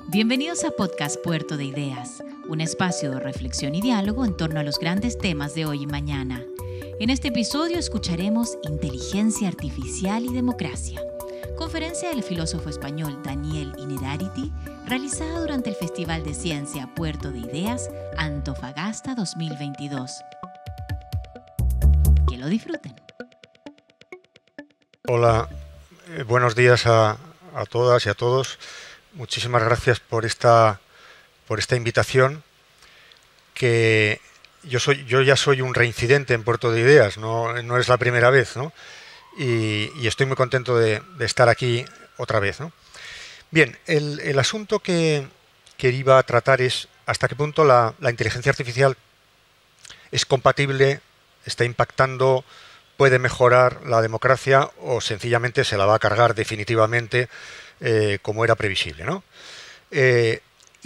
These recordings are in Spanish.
Bienvenidos a Podcast Puerto de Ideas, un espacio de reflexión y diálogo en torno a los grandes temas de hoy y mañana. En este episodio escucharemos Inteligencia Artificial y Democracia, conferencia del filósofo español Daniel Innerarity, realizada durante el Festival de Ciencia Puerto de Ideas Antofagasta 2022. Que lo disfruten. Hola, buenos días a todas y a todos. Muchísimas gracias por esta invitación, que yo ya soy un reincidente en Puerto de Ideas, no es la primera vez, ¿no? Y estoy muy contento de estar aquí otra vez, ¿no? Bien, el asunto que iba a tratar es hasta qué punto la inteligencia artificial es compatible, está impactando, puede mejorar la democracia o sencillamente se la va a cargar definitivamente, como era previsible, ¿no? Yo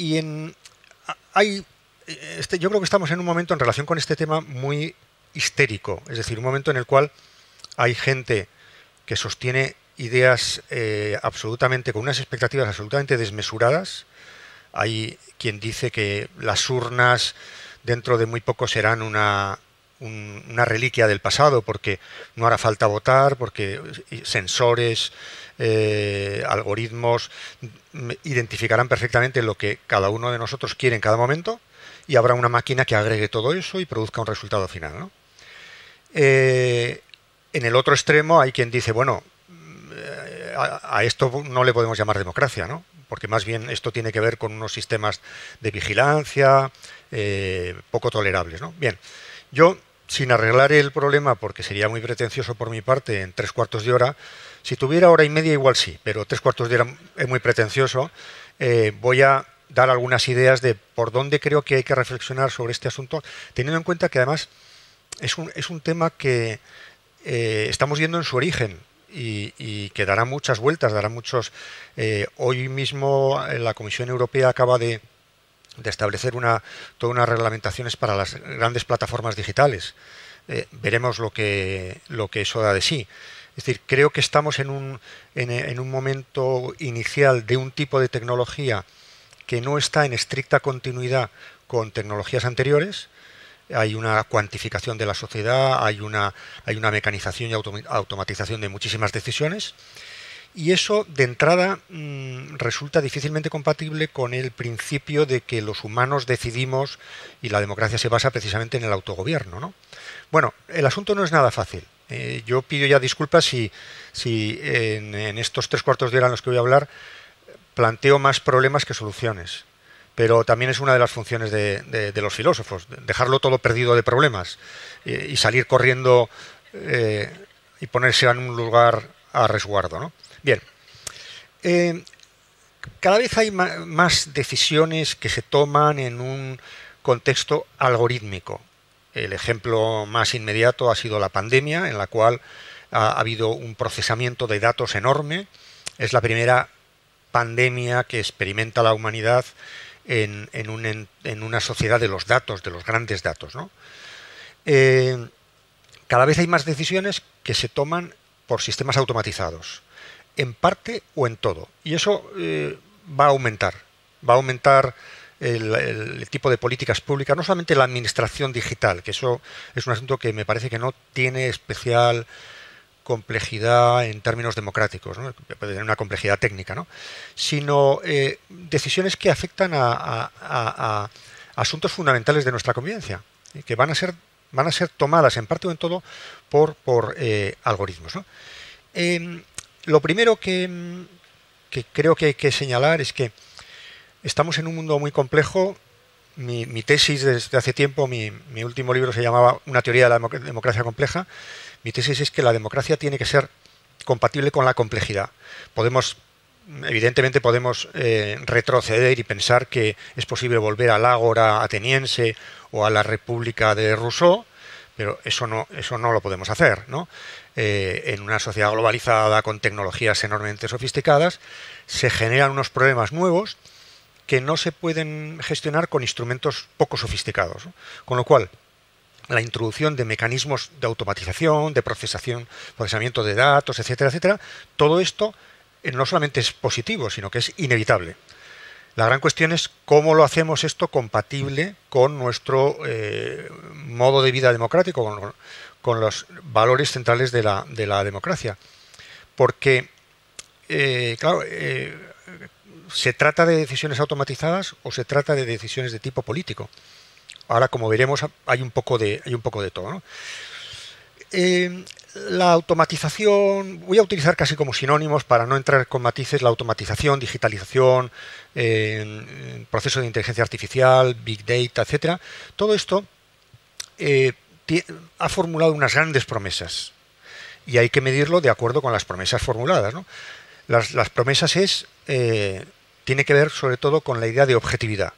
creo que estamos en un momento en relación con este tema muy histérico, es decir, un momento en el cual hay gente que sostiene ideas con unas expectativas absolutamente desmesuradas. Hay quien dice que las urnas dentro de muy poco serán una reliquia del pasado, porque no hará falta votar, porque sensores, algoritmos identificarán perfectamente lo que cada uno de nosotros quiere en cada momento y habrá una máquina que agregue todo eso y produzca un resultado final, ¿no? En el otro extremo hay quien dice, bueno, a esto no le podemos llamar democracia, ¿no? Porque más bien esto tiene que ver con unos sistemas de vigilancia poco tolerables, ¿no? Bien, yo, sin arreglar el problema, porque sería muy pretencioso por mi parte, en 3/4 de hora, si tuviera hora y media igual sí, pero 3/4 de hora es muy pretencioso, voy a dar algunas ideas de por dónde creo que hay que reflexionar sobre este asunto, teniendo en cuenta que además es un tema que estamos viendo en su origen y que dará muchas vueltas, dará muchos... hoy mismo la Comisión Europea acaba de establecer todas unas reglamentaciones para las grandes plataformas digitales. Veremos lo que eso da de sí. Es decir, creo que estamos en un momento inicial de un tipo de tecnología que no está en estricta continuidad con tecnologías anteriores. Hay una cuantificación de la sociedad, hay una mecanización y automatización de muchísimas decisiones. Y eso, de entrada, resulta difícilmente compatible con el principio de que los humanos decidimos y la democracia se basa precisamente en el autogobierno, ¿no? Bueno, el asunto no es nada fácil. Yo pido ya disculpas si en estos 3/4 de hora en los que voy a hablar planteo más problemas que soluciones. Pero también es una de las funciones de los filósofos, dejarlo todo perdido de problemas y salir corriendo y ponerse en un lugar a resguardo, ¿no? Bien, cada vez hay más decisiones que se toman en un contexto algorítmico. El ejemplo más inmediato ha sido la pandemia, en la cual ha habido un procesamiento de datos enorme. Es la primera pandemia que experimenta la humanidad en una sociedad de los datos, de los grandes datos, ¿no? Cada vez hay más decisiones que se toman por sistemas automatizados, en parte o en todo. Y eso va a aumentar. Va a aumentar el tipo de políticas públicas, no solamente la administración digital, que eso es un asunto que me parece que no tiene especial complejidad en términos democráticos, ¿no? Puede tener una complejidad técnica, ¿no? Sino decisiones que afectan a asuntos fundamentales de nuestra convivencia, que van a ser tomadas en parte o en todo por algoritmos, ¿no? Lo primero que creo que hay que señalar es que estamos en un mundo muy complejo. Mi tesis desde hace tiempo, mi último libro se llamaba Una teoría de la democracia compleja. Mi tesis es que la democracia tiene que ser compatible con la complejidad. Evidentemente podemos retroceder y pensar que es posible volver al ágora ateniense o a la República de Rousseau, pero eso no lo podemos hacer, ¿no? En una sociedad globalizada con tecnologías enormemente sofisticadas se generan unos problemas nuevos que no se pueden gestionar con instrumentos poco sofisticados, ¿no? Con lo cual, la introducción de mecanismos de automatización, de procesamiento de datos, etcétera, etcétera, todo esto no solamente es positivo, sino que es inevitable. La gran cuestión es cómo lo hacemos esto compatible con nuestro modo de vida democrático, con los valores centrales de la democracia. Porque, claro, ¿se trata de decisiones automatizadas o se trata de decisiones de tipo político? Ahora, como veremos, hay un poco de todo, ¿no? La automatización, voy a utilizar casi como sinónimos para no entrar con matices, la automatización, digitalización, proceso de inteligencia artificial, big data, etcétera. Todo esto ha formulado unas grandes promesas y hay que medirlo de acuerdo con las promesas formuladas, ¿no? Las promesas tiene que ver sobre todo con la idea de objetividad.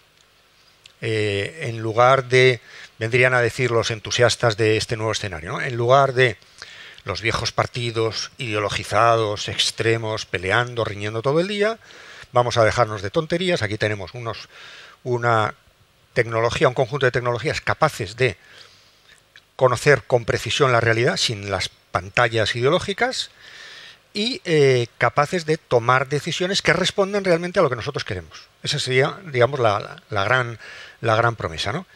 En lugar de, vendrían a decir los entusiastas de este nuevo escenario, ¿no? En lugar de los viejos partidos ideologizados, extremos, peleando, riñendo todo el día, vamos a dejarnos de tonterías. Aquí tenemos una tecnología, un conjunto de tecnologías capaces de conocer con precisión la realidad sin las pantallas ideológicas y capaces de tomar decisiones que respondan realmente a lo que nosotros queremos. Esa sería, digamos, la gran promesa, ¿no?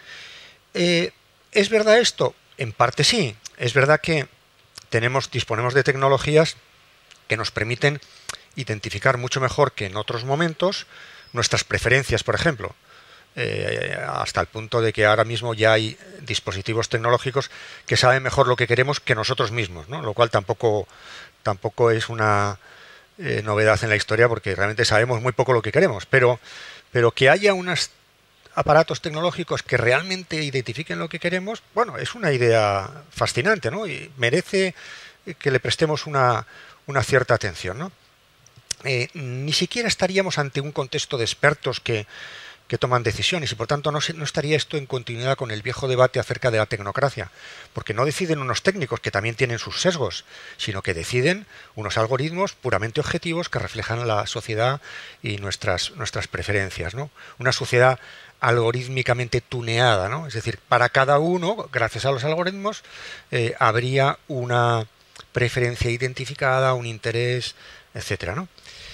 ¿Es verdad esto? En parte sí. Es verdad que disponemos de tecnologías que nos permiten identificar mucho mejor que en otros momentos nuestras preferencias, por ejemplo. Hasta el punto de que ahora mismo ya hay dispositivos tecnológicos que saben mejor lo que queremos que nosotros mismos, ¿no? Lo cual tampoco es una novedad en la historia, porque realmente sabemos muy poco lo que queremos, pero que haya unos aparatos tecnológicos que realmente identifiquen lo que queremos, bueno, es una idea fascinante, ¿no? Y merece que le prestemos una cierta atención, ¿no? Ni siquiera estaríamos ante un contexto de expertos que toman decisiones y por tanto no estaría esto en continuidad con el viejo debate acerca de la tecnocracia, porque no deciden unos técnicos que también tienen sus sesgos, sino que deciden unos algoritmos puramente objetivos que reflejan la sociedad y nuestras preferencias, ¿no? Una sociedad algorítmicamente tuneada, ¿no? Es decir, para cada uno, gracias a los algoritmos, habría una preferencia identificada, un interés, etcétera, ¿no?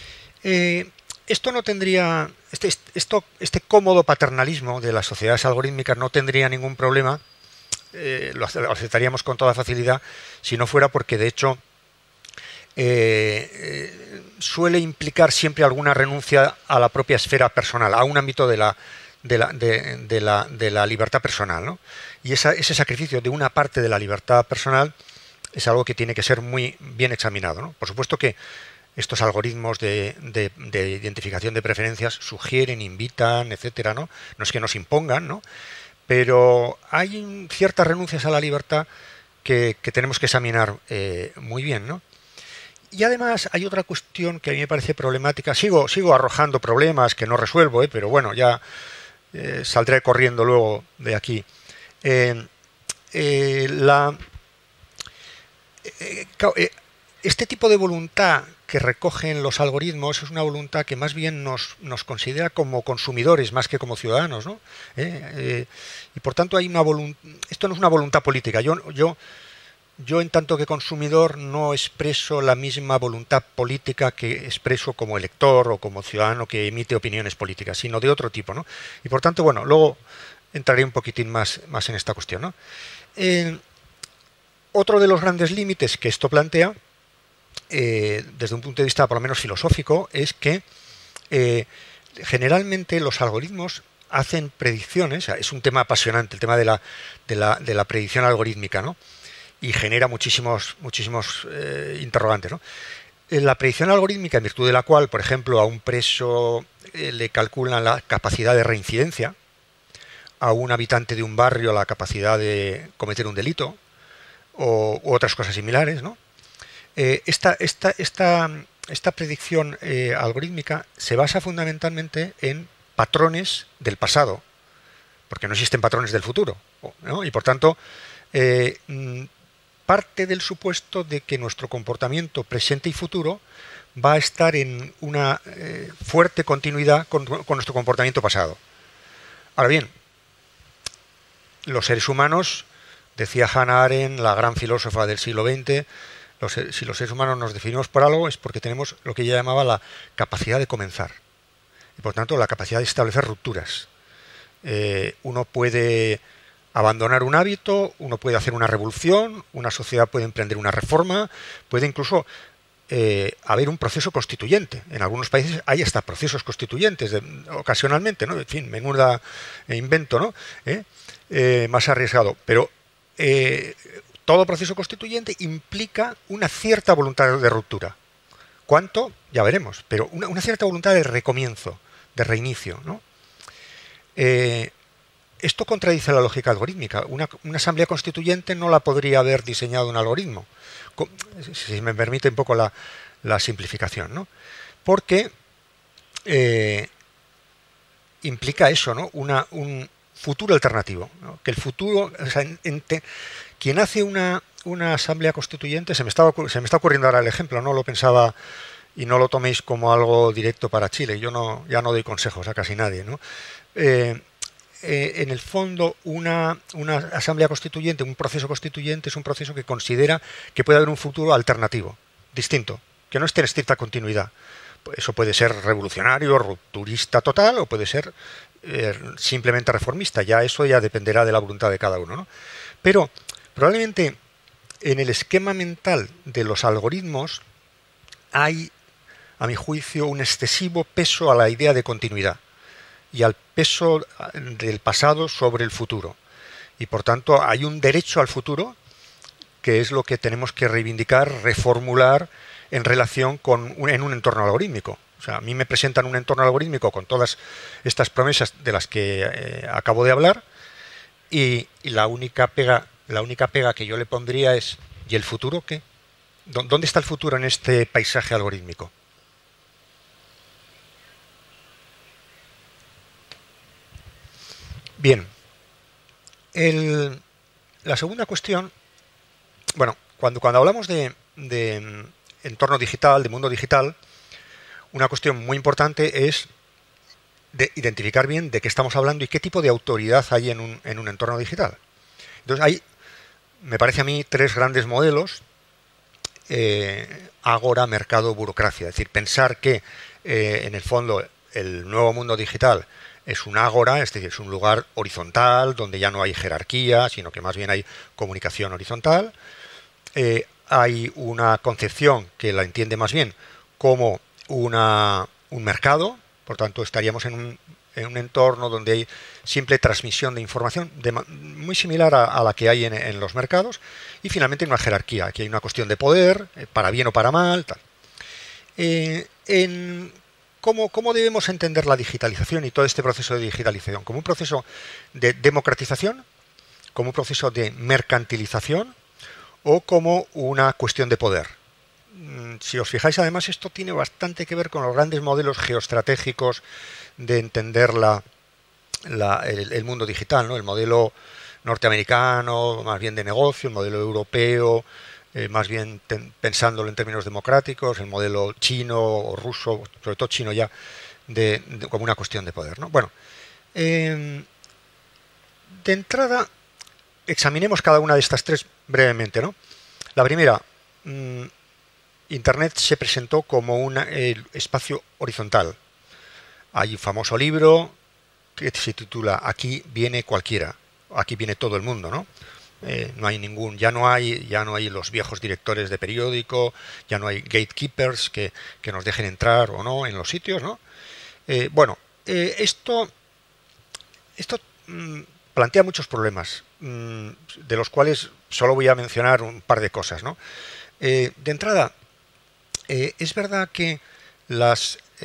Esto no tendría, este cómodo paternalismo de las sociedades algorítmicas no tendría ningún problema, lo aceptaríamos con toda facilidad, si no fuera porque de hecho suele implicar siempre alguna renuncia a la propia esfera personal, a un ámbito de la libertad personal, ¿no? Y ese sacrificio de una parte de la libertad personal es algo que tiene que ser muy bien examinado, ¿no? Por supuesto que estos algoritmos de identificación de preferencias sugieren, invitan, etcétera, ¿no? No es que nos impongan, ¿no? Pero hay ciertas renuncias a la libertad que tenemos que examinar muy bien, ¿no? Y además hay otra cuestión que a mí me parece problemática. Sigo arrojando problemas que no resuelvo, pero bueno, ya saldré corriendo luego de aquí. Este tipo de voluntad que recogen los algoritmos es una voluntad que más bien nos considera como consumidores más que como ciudadanos, ¿no? Y por tanto hay esto no es una voluntad política. Yo en tanto que consumidor no expreso la misma voluntad política que expreso como elector o como ciudadano que emite opiniones políticas, sino de otro tipo, ¿no? Y por tanto, bueno, luego entraré un poquitín más en esta cuestión, ¿no? Otro de los grandes límites que esto plantea, desde un punto de vista por lo menos filosófico, es que generalmente los algoritmos hacen predicciones. Es un tema apasionante el tema de la predicción algorítmica, ¿no? Y genera muchísimos interrogantes, ¿no? La predicción algorítmica, en virtud de la cual, por ejemplo, a un preso le calculan la capacidad de reincidencia, a un habitante de un barrio la capacidad de cometer un delito u otras cosas similares, ¿no? Esta predicción algorítmica se basa fundamentalmente en patrones del pasado, porque no existen patrones del futuro, ¿no? Y por tanto parte del supuesto de que nuestro comportamiento presente y futuro va a estar en una fuerte continuidad con nuestro comportamiento pasado. Ahora bien, los seres humanos, decía Hannah Arendt, la gran filósofa del siglo XX, si los seres humanos nos definimos por algo es porque tenemos lo que ella llamaba la capacidad de comenzar. y por tanto la capacidad de establecer rupturas. Uno puede abandonar un hábito, uno puede hacer una revolución, una sociedad puede emprender una reforma, puede incluso haber un proceso constituyente. En algunos países hay hasta procesos constituyentes ocasionalmente, ¿no? En fin, menuda invento, ¿no? Más arriesgado. Pero todo proceso constituyente implica una cierta voluntad de ruptura. ¿Cuánto? Ya veremos, pero una cierta voluntad de recomienzo, de reinicio, ¿no? Esto contradice la lógica algorítmica. Una asamblea constituyente no la podría haber diseñado un algoritmo, si me permite un poco la simplificación, ¿no? Porque implica eso, ¿no? Un futuro alternativo, ¿no? Que el futuro, o sea, quien hace una asamblea constituyente, se me está ocurriendo ahora el ejemplo, no lo pensaba y no lo toméis como algo directo para Chile. Yo ya no doy consejos a casi nadie, ¿no? En el fondo, una asamblea constituyente, un proceso constituyente, es un proceso que considera que puede haber un futuro alternativo, distinto, que no esté en estricta continuidad. Eso puede ser revolucionario, rupturista total, o puede ser simplemente reformista. Eso ya dependerá de la voluntad de cada uno, ¿no? Pero probablemente en el esquema mental de los algoritmos hay, a mi juicio, un excesivo peso a la idea de continuidad y al peso del pasado sobre el futuro. Y por tanto hay un derecho al futuro que es lo que tenemos que reivindicar, reformular en relación en un entorno algorítmico. O sea, a mí me presentan un entorno algorítmico con todas estas promesas de las que acabo de hablar y la única pega que yo le pondría es ¿y el futuro qué? ¿Dónde está el futuro en este paisaje algorítmico? Bien, la segunda cuestión, bueno, cuando hablamos de entorno digital, de mundo digital, una cuestión muy importante es de identificar bien de qué estamos hablando y qué tipo de autoridad hay en un entorno digital. Entonces hay, me parece a mí, tres grandes modelos: ágora, mercado, burocracia. Es decir, pensar que en el fondo el nuevo mundo digital es un ágora, es decir, es un lugar horizontal donde ya no hay jerarquía, sino que más bien hay comunicación horizontal. Hay una concepción que la entiende más bien como un mercado, por tanto estaríamos en un entorno donde hay simple transmisión de información muy similar a la que hay en los mercados, y finalmente una jerarquía. Aquí hay una cuestión de poder, para bien o para mal, tal. ¿Cómo debemos entender la digitalización y todo este proceso de digitalización? ¿Como un proceso de democratización, como un proceso de mercantilización o como una cuestión de poder? Si os fijáis, además, esto tiene bastante que ver con los grandes modelos geoestratégicos de entender el mundo digital, ¿no? El modelo norteamericano, más bien de negocio, el modelo europeo, más bien pensándolo en términos democráticos, el modelo chino o ruso, sobre todo chino ya, como una cuestión de poder, ¿no? Bueno, de entrada, examinemos cada una de estas tres brevemente, ¿no? La primera, Internet se presentó como un espacio horizontal. Hay un famoso libro que se titula Aquí viene cualquiera, aquí viene todo el mundo, ¿no? No hay ya no hay los viejos directores de periódico, ya no hay gatekeepers que nos dejen entrar o no en los sitios, ¿no? Esto plantea muchos problemas, de los cuales solo voy a mencionar un par de cosas, ¿no? De entrada, es verdad que la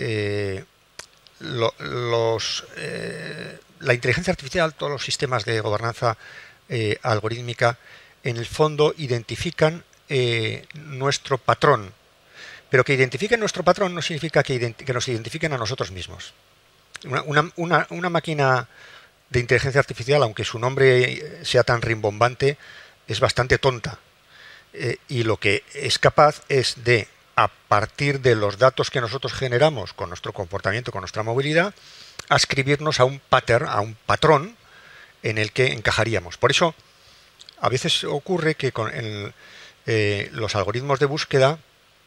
inteligencia artificial, todos los sistemas de gobernanza algorítmica, en el fondo identifican nuestro patrón, pero que identifiquen nuestro patrón no significa que nos identifiquen a nosotros mismos. Una máquina de inteligencia artificial, aunque su nombre sea tan rimbombante, es bastante tonta, y lo que es capaz es de, a partir de los datos que nosotros generamos con nuestro comportamiento, con nuestra movilidad, ascribirnos a un patrón en el que encajaríamos. Por eso, a veces ocurre que con los algoritmos de búsqueda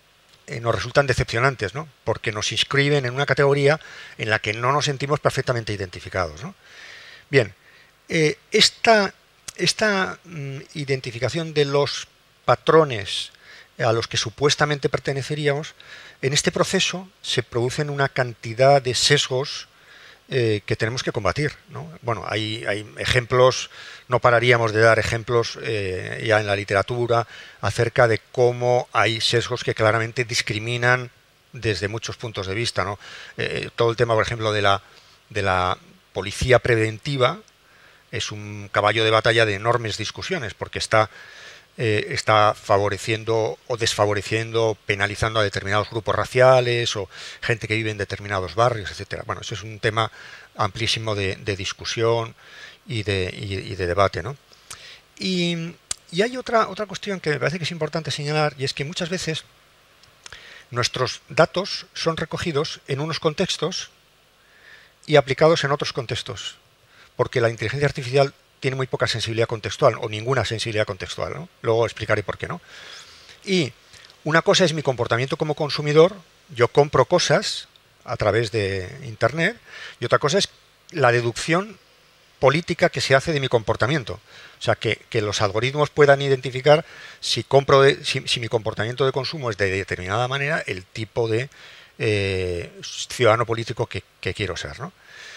nos resultan decepcionantes, ¿no? Porque nos inscriben en una categoría en la que no nos sentimos perfectamente identificados, ¿no? Bien, esta identificación de los patrones a los que supuestamente perteneceríamos, en este proceso se producen una cantidad de sesgos que tenemos que combatir, ¿no? Bueno, hay ejemplos, no pararíamos de dar ejemplos ya en la literatura acerca de cómo hay sesgos que claramente discriminan desde muchos puntos de vista, ¿no? Todo el tema, por ejemplo, de la policía preventiva es un caballo de batalla de enormes discusiones, porque está favoreciendo o desfavoreciendo, penalizando a determinados grupos raciales o gente que vive en determinados barrios, etcétera. Bueno, eso es un tema amplísimo de discusión y de debate, ¿no? Y hay otra cuestión que me parece que es importante señalar, y es que muchas veces nuestros datos son recogidos en unos contextos y aplicados en otros contextos, porque la inteligencia artificial tiene muy poca sensibilidad contextual o ninguna sensibilidad contextual, ¿no? Luego explicaré por qué, ¿no? Y una cosa es mi comportamiento como consumidor, yo compro cosas a través de Internet, y otra cosa es la deducción política que se hace de mi comportamiento. O sea, que los algoritmos puedan identificar si mi comportamiento de consumo es de determinada manera, el tipo de ciudadano político que quiero ser, ¿no?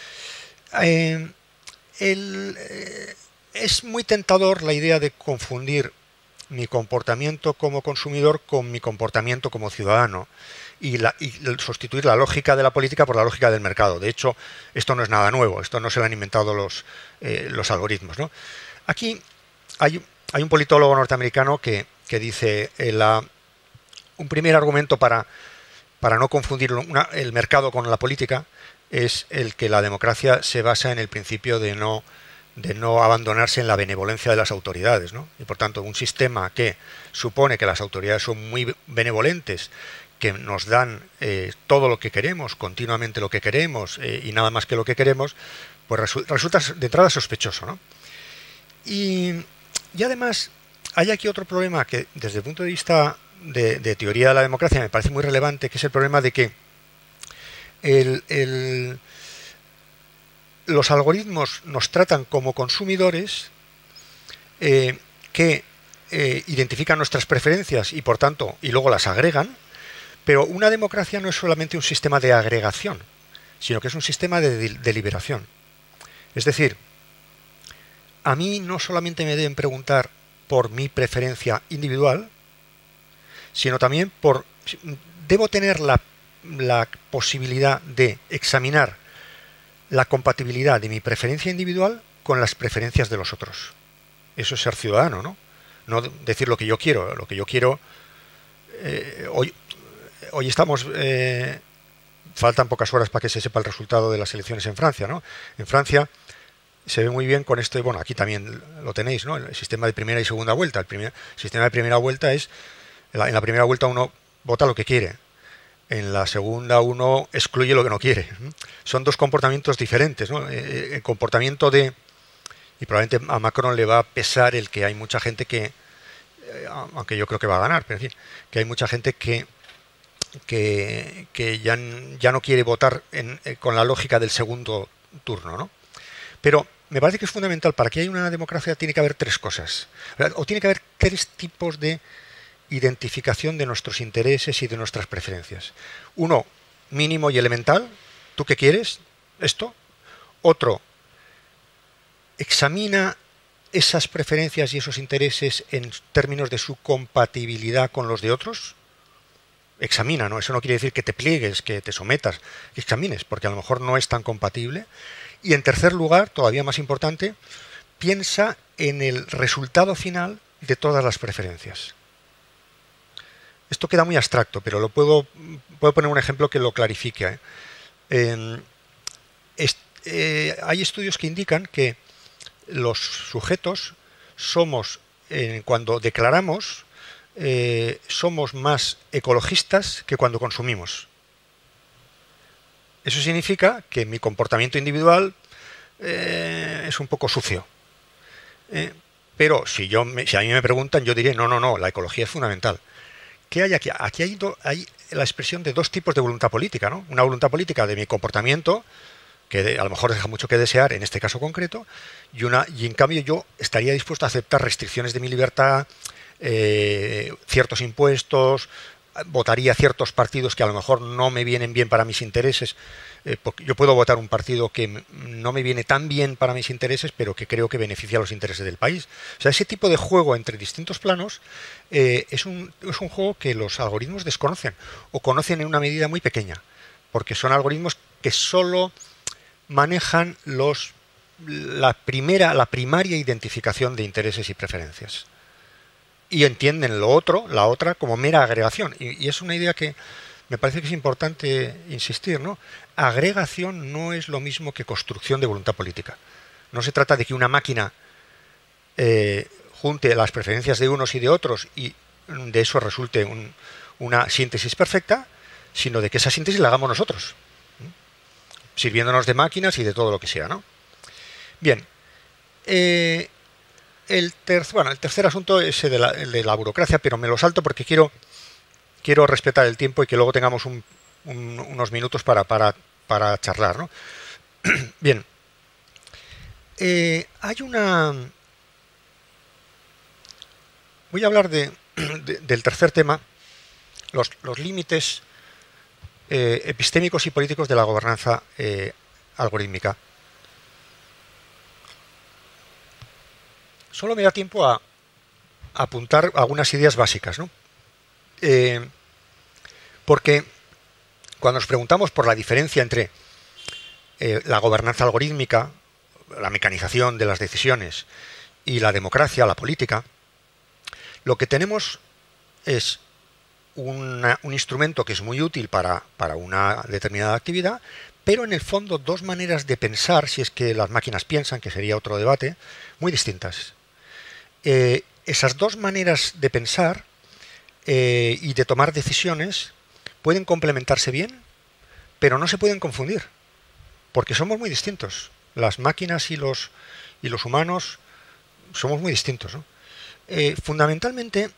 Es muy tentador la idea de confundir mi comportamiento como consumidor con mi comportamiento como ciudadano y sustituir la lógica de la política por la lógica del mercado. De hecho, esto no es nada nuevo, esto no se lo han inventado los algoritmos, ¿no? Aquí hay un politólogo norteamericano que dice un primer argumento para no confundir el mercado con la política es el que la democracia se basa en el principio de no abandonarse en la benevolencia de las autoridades, ¿no? Y por tanto, un sistema que supone que las autoridades son muy benevolentes, que nos dan todo lo que queremos, continuamente lo que queremos y nada más que lo que queremos, pues resulta de entrada sospechoso, ¿no? Y además hay aquí otro problema que desde el punto de vista de teoría de la democracia me parece muy relevante, que es el problema de que los algoritmos nos tratan como consumidores que identifican nuestras preferencias y por tanto y luego las agregan, pero una democracia no es solamente un sistema de agregación, sino que es un sistema de deliberación. Es decir, a mí no solamente me deben preguntar por mi preferencia individual, sino también debo tener la posibilidad de examinar la compatibilidad de mi preferencia individual con las preferencias de los otros. Eso es ser ciudadano, ¿no? No decir lo que yo quiero. Lo que yo quiero... Hoy estamos... faltan pocas horas para que se sepa el resultado de las elecciones en Francia, ¿no? En Francia se ve muy bien con esto, y bueno, aquí también lo tenéis, ¿no? El sistema de primera y segunda vuelta. El sistema de primera vuelta es... En la primera vuelta uno vota lo que quiere. En la segunda uno excluye lo que no quiere. Son dos comportamientos diferentes, ¿no? El comportamiento y probablemente a Macron le va a pesar el que hay mucha gente que, aunque yo creo que va a ganar, pero en fin, que hay mucha gente que ya no quiere votar con la lógica del segundo turno, ¿no? Pero me parece que es fundamental, para que haya una democracia tiene que haber tres cosas, o tiene que haber tres tipos de identificación de nuestros intereses y de nuestras preferencias. Uno, mínimo y elemental. ¿Tú qué quieres? Esto. Otro, examina esas preferencias y esos intereses en términos de su compatibilidad con los de otros. Examina, ¿no? Eso no quiere decir que te pliegues, que te sometas, que examines, porque a lo mejor no es tan compatible. Y en tercer lugar, todavía más importante, piensa en el resultado final de todas las preferencias. Esto queda muy abstracto, pero puedo poner un ejemplo que lo clarifique. Hay estudios que indican que los sujetos somos, cuando declaramos, somos más ecologistas que cuando consumimos. Eso significa que mi comportamiento individual es un poco sucio. Pero si a mí me preguntan, yo diré, no, la ecología es fundamental. ¿Qué hay aquí? Aquí hay la expresión de dos tipos de voluntad política, ¿no? Una voluntad política de mi comportamiento, que a lo mejor deja mucho que desear en este caso concreto, y en cambio yo estaría dispuesto a aceptar restricciones de mi libertad, ciertos impuestos, votaría ciertos partidos que a lo mejor no me vienen bien para mis intereses, porque yo puedo votar un partido que no me viene tan bien para mis intereses, pero que creo que beneficia a los intereses del país. O sea, ese tipo de juego entre distintos planos es un juego que los algoritmos desconocen, o conocen en una medida muy pequeña, porque son algoritmos que solo manejan la primaria identificación de intereses y preferencias. Y entienden la otra, como mera agregación. Y es una idea que me parece que es importante insistir, ¿no? Agregación no es lo mismo que construcción de voluntad política. No se trata de que una máquina junte las preferencias de unos y de otros y de eso resulte una síntesis perfecta, sino de que esa síntesis la hagamos nosotros, sirviéndonos de máquinas y de todo lo que sea, ¿no? Bien. El tercer asunto es el de la burocracia, pero me lo salto porque quiero respetar el tiempo y que luego tengamos unos minutos para charlar, ¿no? Bien. Voy a hablar del tercer tema, los límites epistémicos y políticos de la gobernanza algorítmica. Solo me da tiempo a apuntar algunas ideas básicas, ¿no? Porque cuando nos preguntamos por la diferencia entre la gobernanza algorítmica, la mecanización de las decisiones, y la democracia, la política, lo que tenemos es un instrumento que es muy útil para una determinada actividad, pero en el fondo dos maneras de pensar, si es que las máquinas piensan, que sería otro debate, muy distintas. Esas dos maneras de pensar y de tomar decisiones pueden complementarse bien, pero no se pueden confundir, porque somos muy distintos. Las máquinas y los humanos somos muy distintos, ¿no? Fundamentalmente,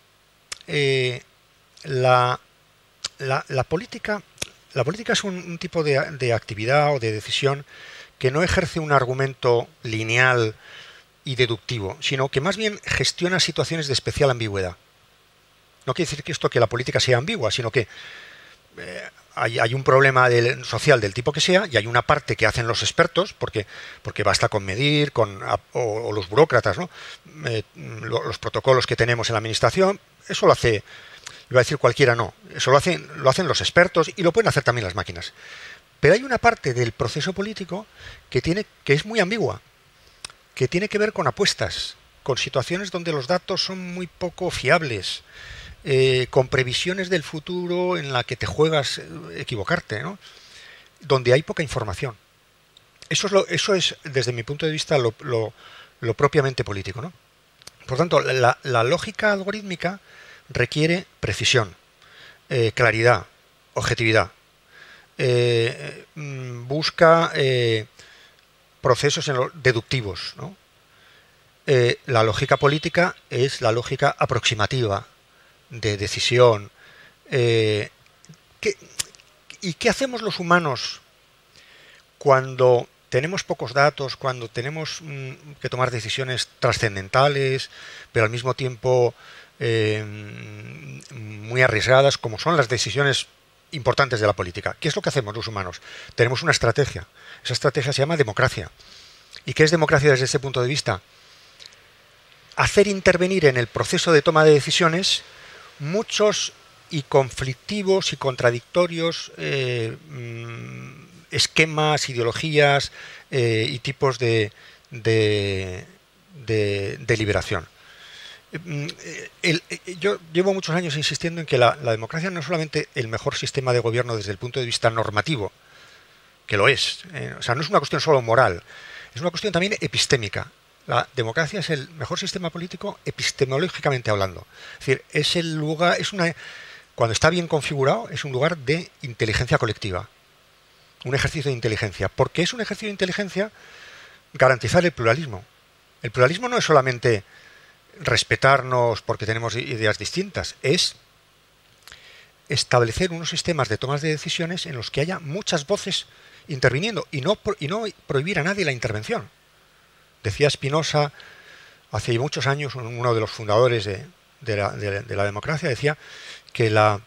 la política es un tipo de actividad o de decisión que no ejerce un argumento lineal y deductivo, sino que más bien gestiona situaciones de especial ambigüedad. No quiere decir que la política sea ambigua, sino que hay un problema social del tipo que sea, y hay una parte que hacen los expertos, porque basta con medir, o los burócratas, ¿no? Los protocolos que tenemos en la administración, eso lo hace, iba a decir cualquiera, no, eso lo hacen los expertos y lo pueden hacer también las máquinas. Pero hay una parte del proceso político que es muy ambigua, que tiene que ver con apuestas, con situaciones donde los datos son muy poco fiables, con previsiones del futuro en la que te juegas equivocarte, ¿no? Donde hay poca información. Eso es desde mi punto de vista, lo propiamente político, ¿no? Por tanto, la lógica algorítmica requiere precisión, claridad, objetividad. Busca procesos deductivos, ¿no? La lógica política es la lógica aproximativa, de decisión. ¿Y qué hacemos los humanos cuando tenemos pocos datos, cuando tenemos que tomar decisiones trascendentales, pero al mismo tiempo muy arriesgadas, como son las decisiones importantes de la política? ¿Qué es lo que hacemos los humanos? Tenemos una estrategia. Esa estrategia se llama democracia. ¿Y qué es democracia desde ese punto de vista? Hacer intervenir en el proceso de toma de decisiones muchos y conflictivos y contradictorios esquemas, ideologías y tipos de deliberación. Yo llevo muchos años insistiendo en que la democracia no es solamente el mejor sistema de gobierno desde el punto de vista normativo, que lo es, o sea, no es una cuestión solo moral, es una cuestión también epistémica. La democracia es el mejor sistema político epistemológicamente hablando. Es decir, es el lugar, cuando está bien configurado, es un lugar de inteligencia colectiva, un ejercicio de inteligencia. ¿Por qué es un ejercicio de inteligencia? Garantizar el pluralismo. El pluralismo no es solamente respetarnos porque tenemos ideas distintas, es establecer unos sistemas de tomas de decisiones en los que haya muchas voces interviniendo y no prohibir a nadie la intervención. Decía Spinoza, hace muchos años, uno de los fundadores de la democracia, decía que la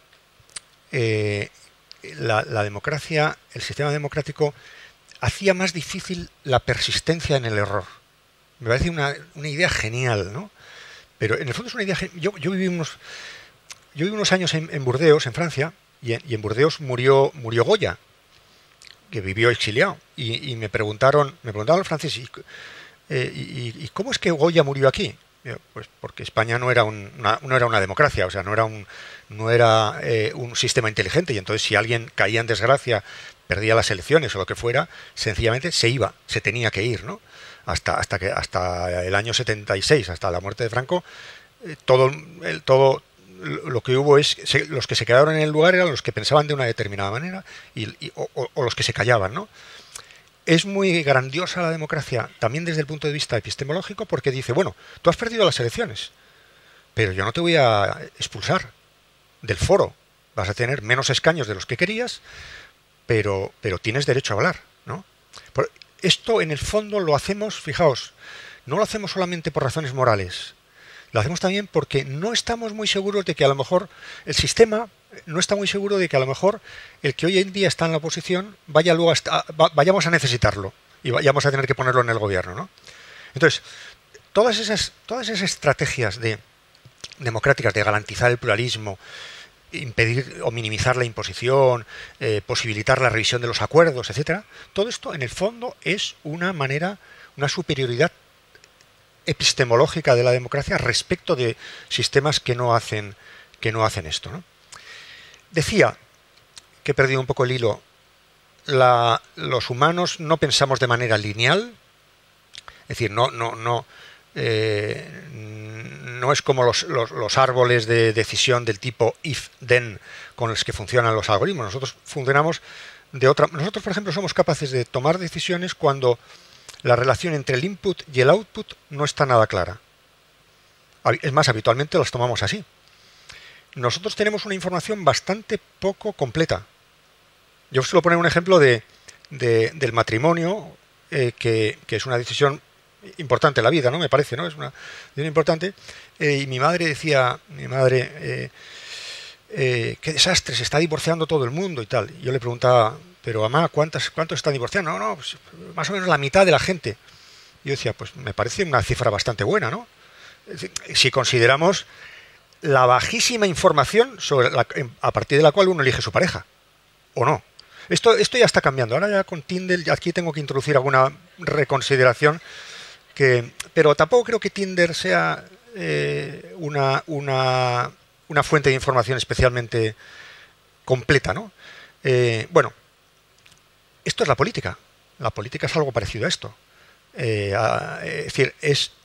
democracia, el sistema democrático, hacía más difícil la persistencia en el error. Me parece una idea genial, ¿no? Pero en el fondo es una idea genial. Yo viví unos años en Burdeos, en Francia, y en Burdeos murió Goya, que vivió exiliado. Y me preguntaron los franceses, ¿y cómo es que Goya murió aquí? Pues porque España no era una democracia, o sea, no era un sistema inteligente, y entonces si alguien caía en desgracia, perdía las elecciones o lo que fuera, sencillamente se tenía que ir, ¿no? Hasta el año 76, hasta la muerte de Franco, todo lo que hubo es los que se quedaron en el lugar eran los que pensaban de una determinada manera o los que se callaban, ¿no? Es muy grandiosa la democracia también desde el punto de vista epistemológico, porque dice, bueno, tú has perdido las elecciones, pero yo no te voy a expulsar del foro. Vas a tener menos escaños de los que querías, pero tienes derecho a hablar, ¿no? Esto en el fondo lo hacemos, fijaos, no lo hacemos solamente por razones morales, lo hacemos también porque no estamos muy seguros de que a lo mejor el sistema no está muy seguro de que a lo mejor el que hoy en día está en la oposición vayamos a necesitarlo y vayamos a tener que ponerlo en el gobierno, ¿no? Entonces, todas esas estrategias democráticas de garantizar el pluralismo, impedir o minimizar la imposición, posibilitar la revisión de los acuerdos, etcétera, todo esto en el fondo es una superioridad epistemológica de la democracia respecto de sistemas que no hacen esto, ¿no? Decía, que he perdido un poco el hilo, los humanos no pensamos de manera lineal, es decir, no es como los árboles de decisión del tipo if-then con los que funcionan los algoritmos. Nosotros funcionamos de otra. Nosotros, por ejemplo, somos capaces de tomar decisiones cuando la relación entre el input y el output no está nada clara. Es más, habitualmente las tomamos así. Nosotros tenemos una información bastante poco completa. Yo suelo poner un ejemplo del matrimonio, que es una decisión importante en la vida, ¿no? Me parece, ¿no? Es una decisión importante. Y mi madre decía, qué desastre, se está divorciando todo el mundo y tal. Y yo le preguntaba, pero mamá, ¿cuántos están divorciando? No, pues más o menos la mitad de la gente. Y yo decía, pues me parece una cifra bastante buena, ¿no? Si consideramos la bajísima información a partir de la cual uno elige su pareja, ¿o no? Esto ya está cambiando. Ahora ya con Tinder, aquí tengo que introducir alguna reconsideración, pero tampoco creo que Tinder sea una fuente de información especialmente completa, ¿no? Bueno, esto es la política. La política es algo parecido a esto. Es decir,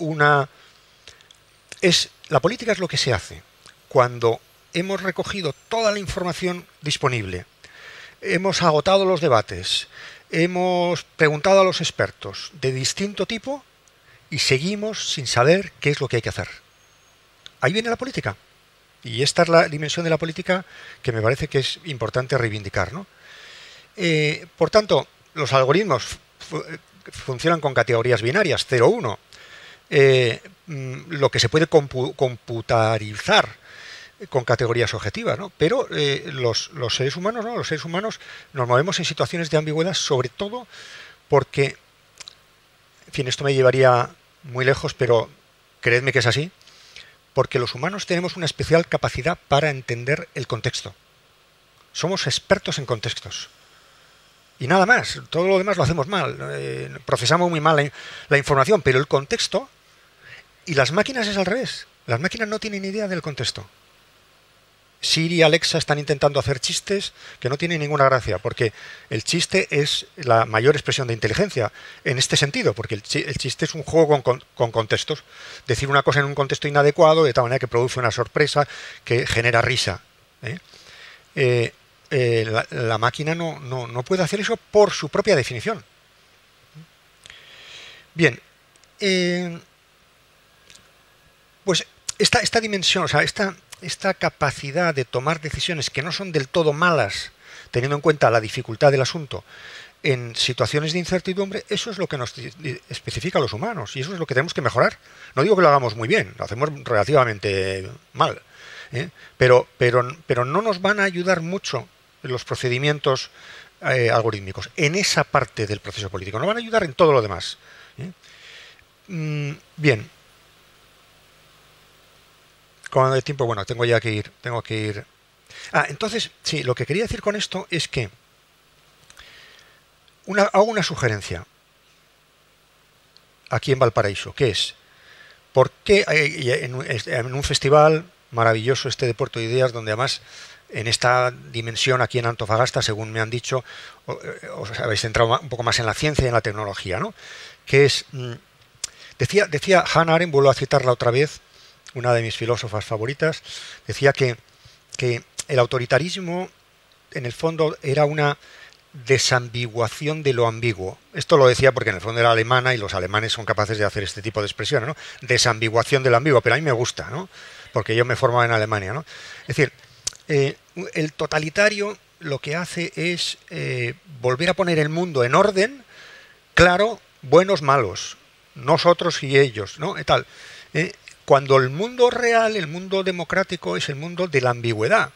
la política es lo que se hace cuando hemos recogido toda la información disponible, hemos agotado los debates, hemos preguntado a los expertos de distinto tipo y seguimos sin saber qué es lo que hay que hacer. Ahí viene la política. Y esta es la dimensión de la política que me parece que es importante reivindicar, ¿no? Por tanto, los algoritmos funcionan con categorías binarias, 0-1. Lo que se puede computarizar con categorías objetivas, ¿no? Pero los seres humanos no, los seres humanos nos movemos en situaciones de ambigüedad, sobre todo porque, en fin, esto me llevaría muy lejos, pero creedme que es así, porque los humanos tenemos una especial capacidad para entender el contexto. Somos expertos en contextos. Y nada más, todo lo demás lo hacemos mal, procesamos muy mal la información, pero el contexto, y las máquinas es al revés, las máquinas no tienen idea del contexto. Siri y Alexa están intentando hacer chistes que no tienen ninguna gracia, porque el chiste es la mayor expresión de inteligencia en este sentido, porque el chiste es un juego con contextos. Decir una cosa en un contexto inadecuado, de tal manera que produce una sorpresa que genera risa. La máquina no puede hacer eso por su propia definición. Bien, pues esta dimensión, o sea, esta capacidad de tomar decisiones que no son del todo malas, teniendo en cuenta la dificultad del asunto, en situaciones de incertidumbre, eso es lo que nos especifica a los humanos y eso es lo que tenemos que mejorar. No digo que lo hagamos muy bien, lo hacemos relativamente mal, ¿eh? Pero no nos van a ayudar mucho los procedimientos algorítmicos en esa parte del proceso político, nos van a ayudar en todo lo demás, ¿eh? Bien. Con el tiempo, bueno, tengo que ir. Entonces, sí, lo que quería decir con esto es que hago una sugerencia aquí en Valparaíso, que es, ¿por qué en un festival maravilloso este de Puerto de Ideas, donde además en esta dimensión aquí en Antofagasta, según me han dicho, os habéis centrado un poco más en la ciencia y en la tecnología, ¿no? Que es, decía Hannah Arendt, vuelvo a citarla otra vez, una de mis filósofas favoritas, decía que el autoritarismo en el fondo era una desambiguación de lo ambiguo. Esto lo decía porque en el fondo era alemana y los alemanes son capaces de hacer este tipo de expresiones, ¿no? Desambiguación de lo ambiguo, pero a mí me gusta, ¿no? Porque yo me formaba en Alemania, ¿no? Es decir, el totalitario lo que hace es volver a poner el mundo en orden, claro, buenos, malos, nosotros y ellos, ¿no? Tal. Cuando el mundo real, el mundo democrático, es el mundo de la ambigüedad.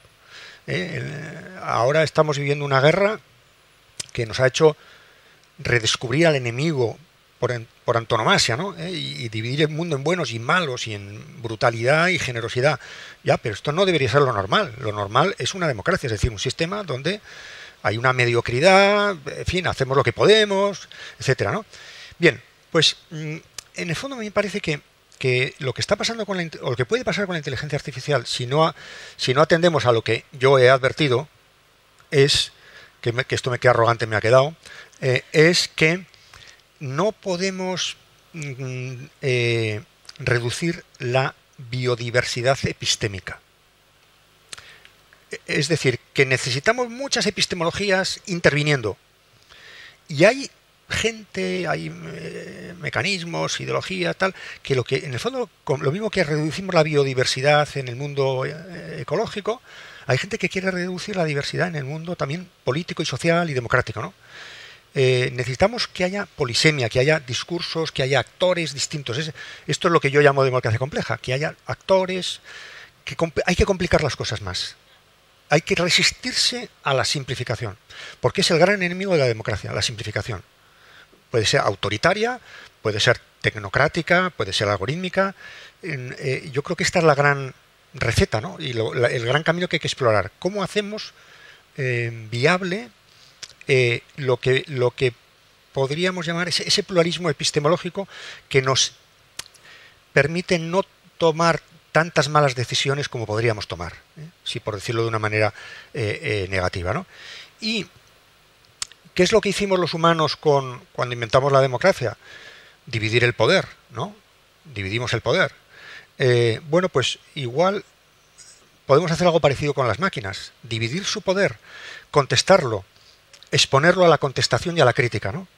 Ahora estamos viviendo una guerra que nos ha hecho redescubrir al enemigo por antonomasia, ¿no? Y dividir el mundo en buenos y malos y en brutalidad y generosidad. Ya, pero esto no debería ser lo normal. Lo normal es una democracia, es decir, un sistema donde hay una mediocridad, en fin, hacemos lo que podemos, etcétera, ¿no? Bien, pues en el fondo me parece que lo que está pasando o lo que puede pasar con la inteligencia artificial, si no atendemos a lo que yo he advertido, es que esto me queda arrogante, me ha quedado, es que no podemos reducir la biodiversidad epistémica. Es decir, que necesitamos muchas epistemologías interviniendo. Y hay gente, hay mecanismos, ideología, tal, que en el fondo, lo mismo que reducimos la biodiversidad en el mundo ecológico, hay gente que quiere reducir la diversidad en el mundo también político y social y democrático, ¿no? Necesitamos que haya polisemia, que haya discursos, que haya actores distintos. Esto es lo que yo llamo democracia compleja, que haya actores, hay que complicar las cosas más. Hay que resistirse a la simplificación, porque es el gran enemigo de la democracia, la simplificación. Puede ser autoritaria, puede ser tecnocrática, puede ser algorítmica. Yo creo que esta es la gran receta, ¿no? Y el gran camino que hay que explorar. ¿Cómo hacemos viable lo que podríamos llamar ese pluralismo epistemológico que nos permite no tomar tantas malas decisiones como podríamos tomar, si por decirlo de una manera negativa, ¿no? Y ¿qué es lo que hicimos los humanos cuando inventamos la democracia? Dividir el poder, ¿no? Dividimos el poder. Bueno, pues igual podemos hacer algo parecido con las máquinas. Dividir su poder, contestarlo, exponerlo a la contestación y a la crítica, ¿no?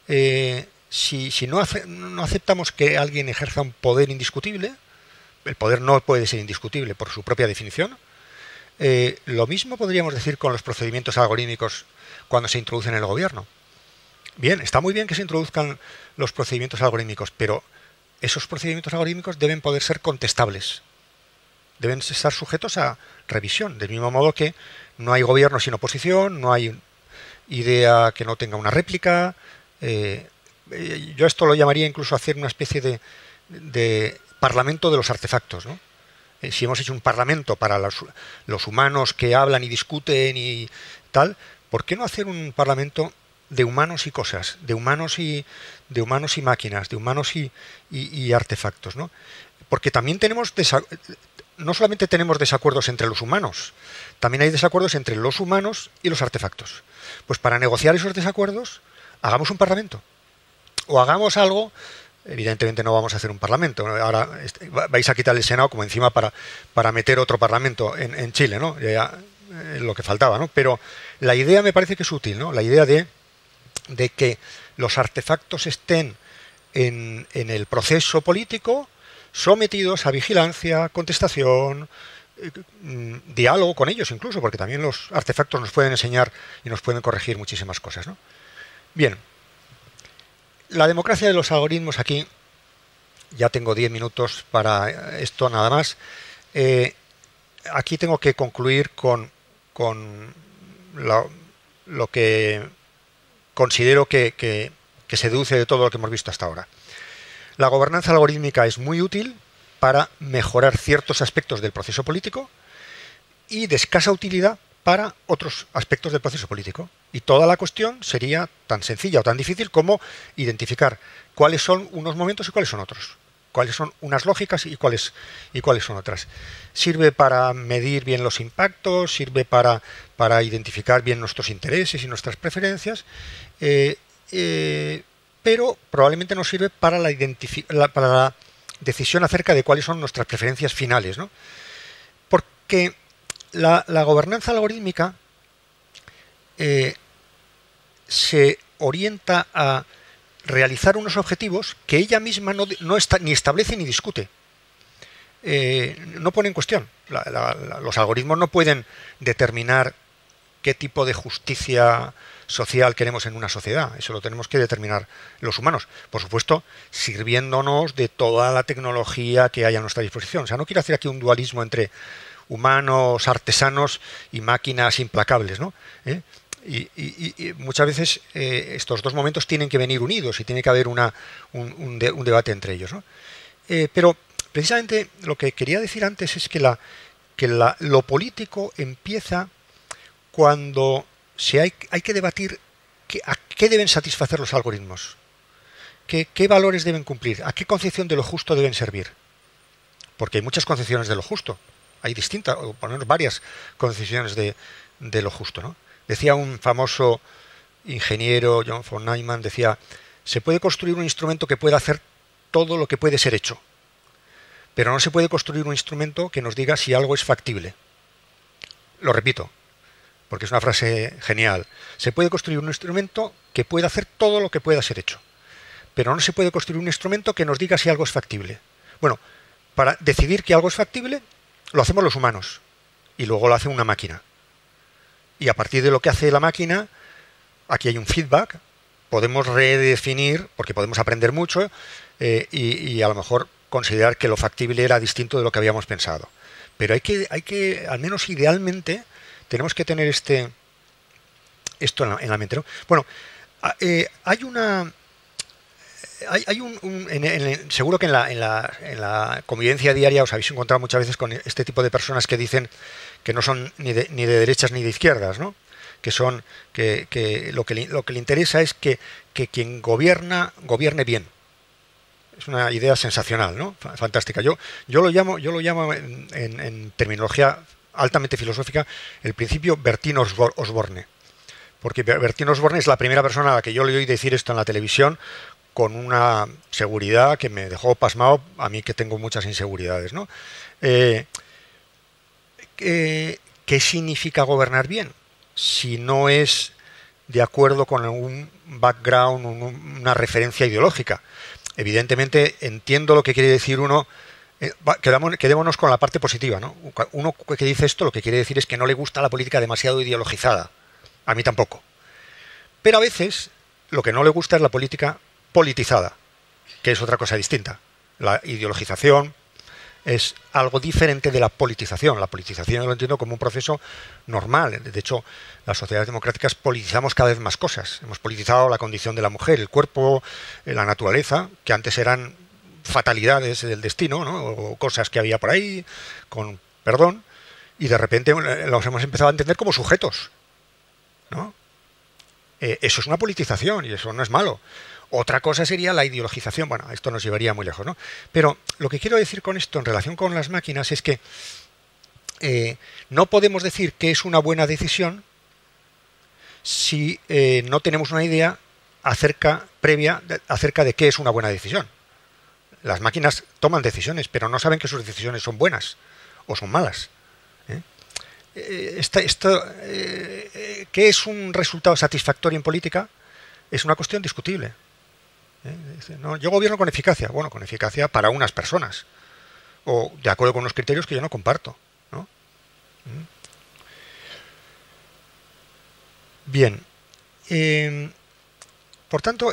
Si no aceptamos que alguien ejerza un poder indiscutible, el poder no puede ser indiscutible por su propia definición, lo mismo podríamos decir con los procedimientos algorítmicos cuando se introducen en el gobierno. Bien, está muy bien que se introduzcan los procedimientos algorítmicos, pero esos procedimientos algorítmicos deben poder ser contestables. Deben estar sujetos a revisión, del mismo modo que no hay gobierno sin oposición, no hay idea que no tenga una réplica. Yo esto lo llamaría incluso hacer una especie de parlamento de los artefactos, ¿no? Si hemos hecho un parlamento para los humanos que hablan y discuten y tal, ¿por qué no hacer un parlamento de humanos y cosas, de humanos y máquinas, de humanos y artefactos, ¿no? Porque también no solamente tenemos desacuerdos entre los humanos, también hay desacuerdos entre los humanos y los artefactos. Pues para negociar esos desacuerdos, hagamos un parlamento. O hagamos algo, evidentemente no vamos a hacer un parlamento. Ahora vais a quitar el Senado como encima para meter otro parlamento en Chile, ¿no? Ya, lo que faltaba, ¿no? Pero la idea me parece que es útil, ¿no? La idea de que los artefactos estén en el proceso político sometidos a vigilancia, contestación, diálogo con ellos incluso, porque también los artefactos nos pueden enseñar y nos pueden corregir muchísimas cosas, ¿no? Bien, la democracia de los algoritmos aquí, ya tengo 10 minutos para esto nada más. Aquí tengo que concluir con lo que considero que se deduce de todo lo que hemos visto hasta ahora. La gobernanza algorítmica es muy útil para mejorar ciertos aspectos del proceso político y de escasa utilidad para otros aspectos del proceso político. Y toda la cuestión sería tan sencilla o tan difícil como identificar cuáles son unos momentos y cuáles son otros. Cuáles son unas lógicas y cuáles son otras. Sirve para medir bien los impactos, sirve para identificar bien nuestros intereses y nuestras preferencias, pero probablemente no sirve para la decisión acerca de cuáles son nuestras preferencias finales, ¿no? Porque la gobernanza algorítmica se orienta a realizar unos objetivos que ella misma no ni establece ni discute. No pone en cuestión. Los algoritmos no pueden determinar qué tipo de justicia social queremos en una sociedad. Eso lo tenemos que determinar los humanos. Por supuesto, sirviéndonos de toda la tecnología que hay a nuestra disposición. O sea, no quiero hacer aquí un dualismo entre humanos artesanos y máquinas implacables, ¿no? Y muchas veces estos dos momentos tienen que venir unidos y tiene que haber un debate entre ellos, ¿no? Pero precisamente lo que quería decir antes es que lo político empieza cuando hay que debatir a qué deben satisfacer los algoritmos, qué valores deben cumplir, a qué concepción de lo justo deben servir. Porque hay muchas concepciones de lo justo, hay distintas, o por lo menos varias concepciones de lo justo, ¿no? Decía un famoso ingeniero, John von Neumann, decía, se puede construir un instrumento que pueda hacer todo lo que puede ser hecho, pero no se puede construir un instrumento que nos diga si algo es factible. Lo repito, porque es una frase genial. Se puede construir un instrumento que pueda hacer todo lo que pueda ser hecho, pero no se puede construir un instrumento que nos diga si algo es factible. Bueno, para decidir que algo es factible, lo hacemos los humanos, y luego lo hace una máquina. Y a partir de lo que hace la máquina, aquí hay un feedback, podemos redefinir, porque podemos aprender mucho, y a lo mejor considerar que lo factible era distinto de lo que habíamos pensado. Pero hay que al menos idealmente, tenemos que tener esto en la mente, ¿no? Bueno, seguro que en la convivencia diaria os habéis encontrado muchas veces con este tipo de personas que dicen que no son ni de derechas ni de izquierdas, ¿no? Que lo que le interesa es que quien gobierne bien. Es una idea sensacional, ¿no? Fantástica. Yo lo llamo en terminología altamente filosófica el principio Bertin-Osborne. Porque Bertin Osborne es la primera persona a la que yo le oí decir esto en la televisión con una seguridad que me dejó pasmado, a mí que tengo muchas inseguridades, ¿no? ¿Qué significa gobernar bien? Si no es de acuerdo con un background, una referencia ideológica. Evidentemente entiendo lo que quiere decir uno. Quedémonos con la parte positiva, ¿no? Uno que dice esto lo que quiere decir es que no le gusta la política demasiado ideologizada. A mí tampoco. Pero a veces lo que no le gusta es la política politizada, que es otra cosa distinta. La ideologización es algo diferente de la politización. La politización yo lo entiendo como un proceso normal. De hecho, las sociedades democráticas politizamos cada vez más cosas. Hemos politizado la condición de la mujer, el cuerpo, la naturaleza, que antes eran fatalidades del destino, ¿no? O cosas que había por ahí, con perdón, y de repente los hemos empezado a entender como sujetos, ¿no? Eso es una politización y eso no es malo. Otra cosa sería la ideologización. Bueno, esto nos llevaría muy lejos, ¿no? Pero lo que quiero decir con esto en relación con las máquinas es que no podemos decir que es una buena decisión si no tenemos una idea previa acerca de qué es una buena decisión. Las máquinas toman decisiones, pero no saben que sus decisiones son buenas o son malas. ¿Qué es un resultado satisfactorio en política? Es una cuestión discutible. No, yo gobierno con eficacia. Bueno, con eficacia para unas personas. O de acuerdo con unos criterios que yo no comparto, ¿no? Bien. Por tanto,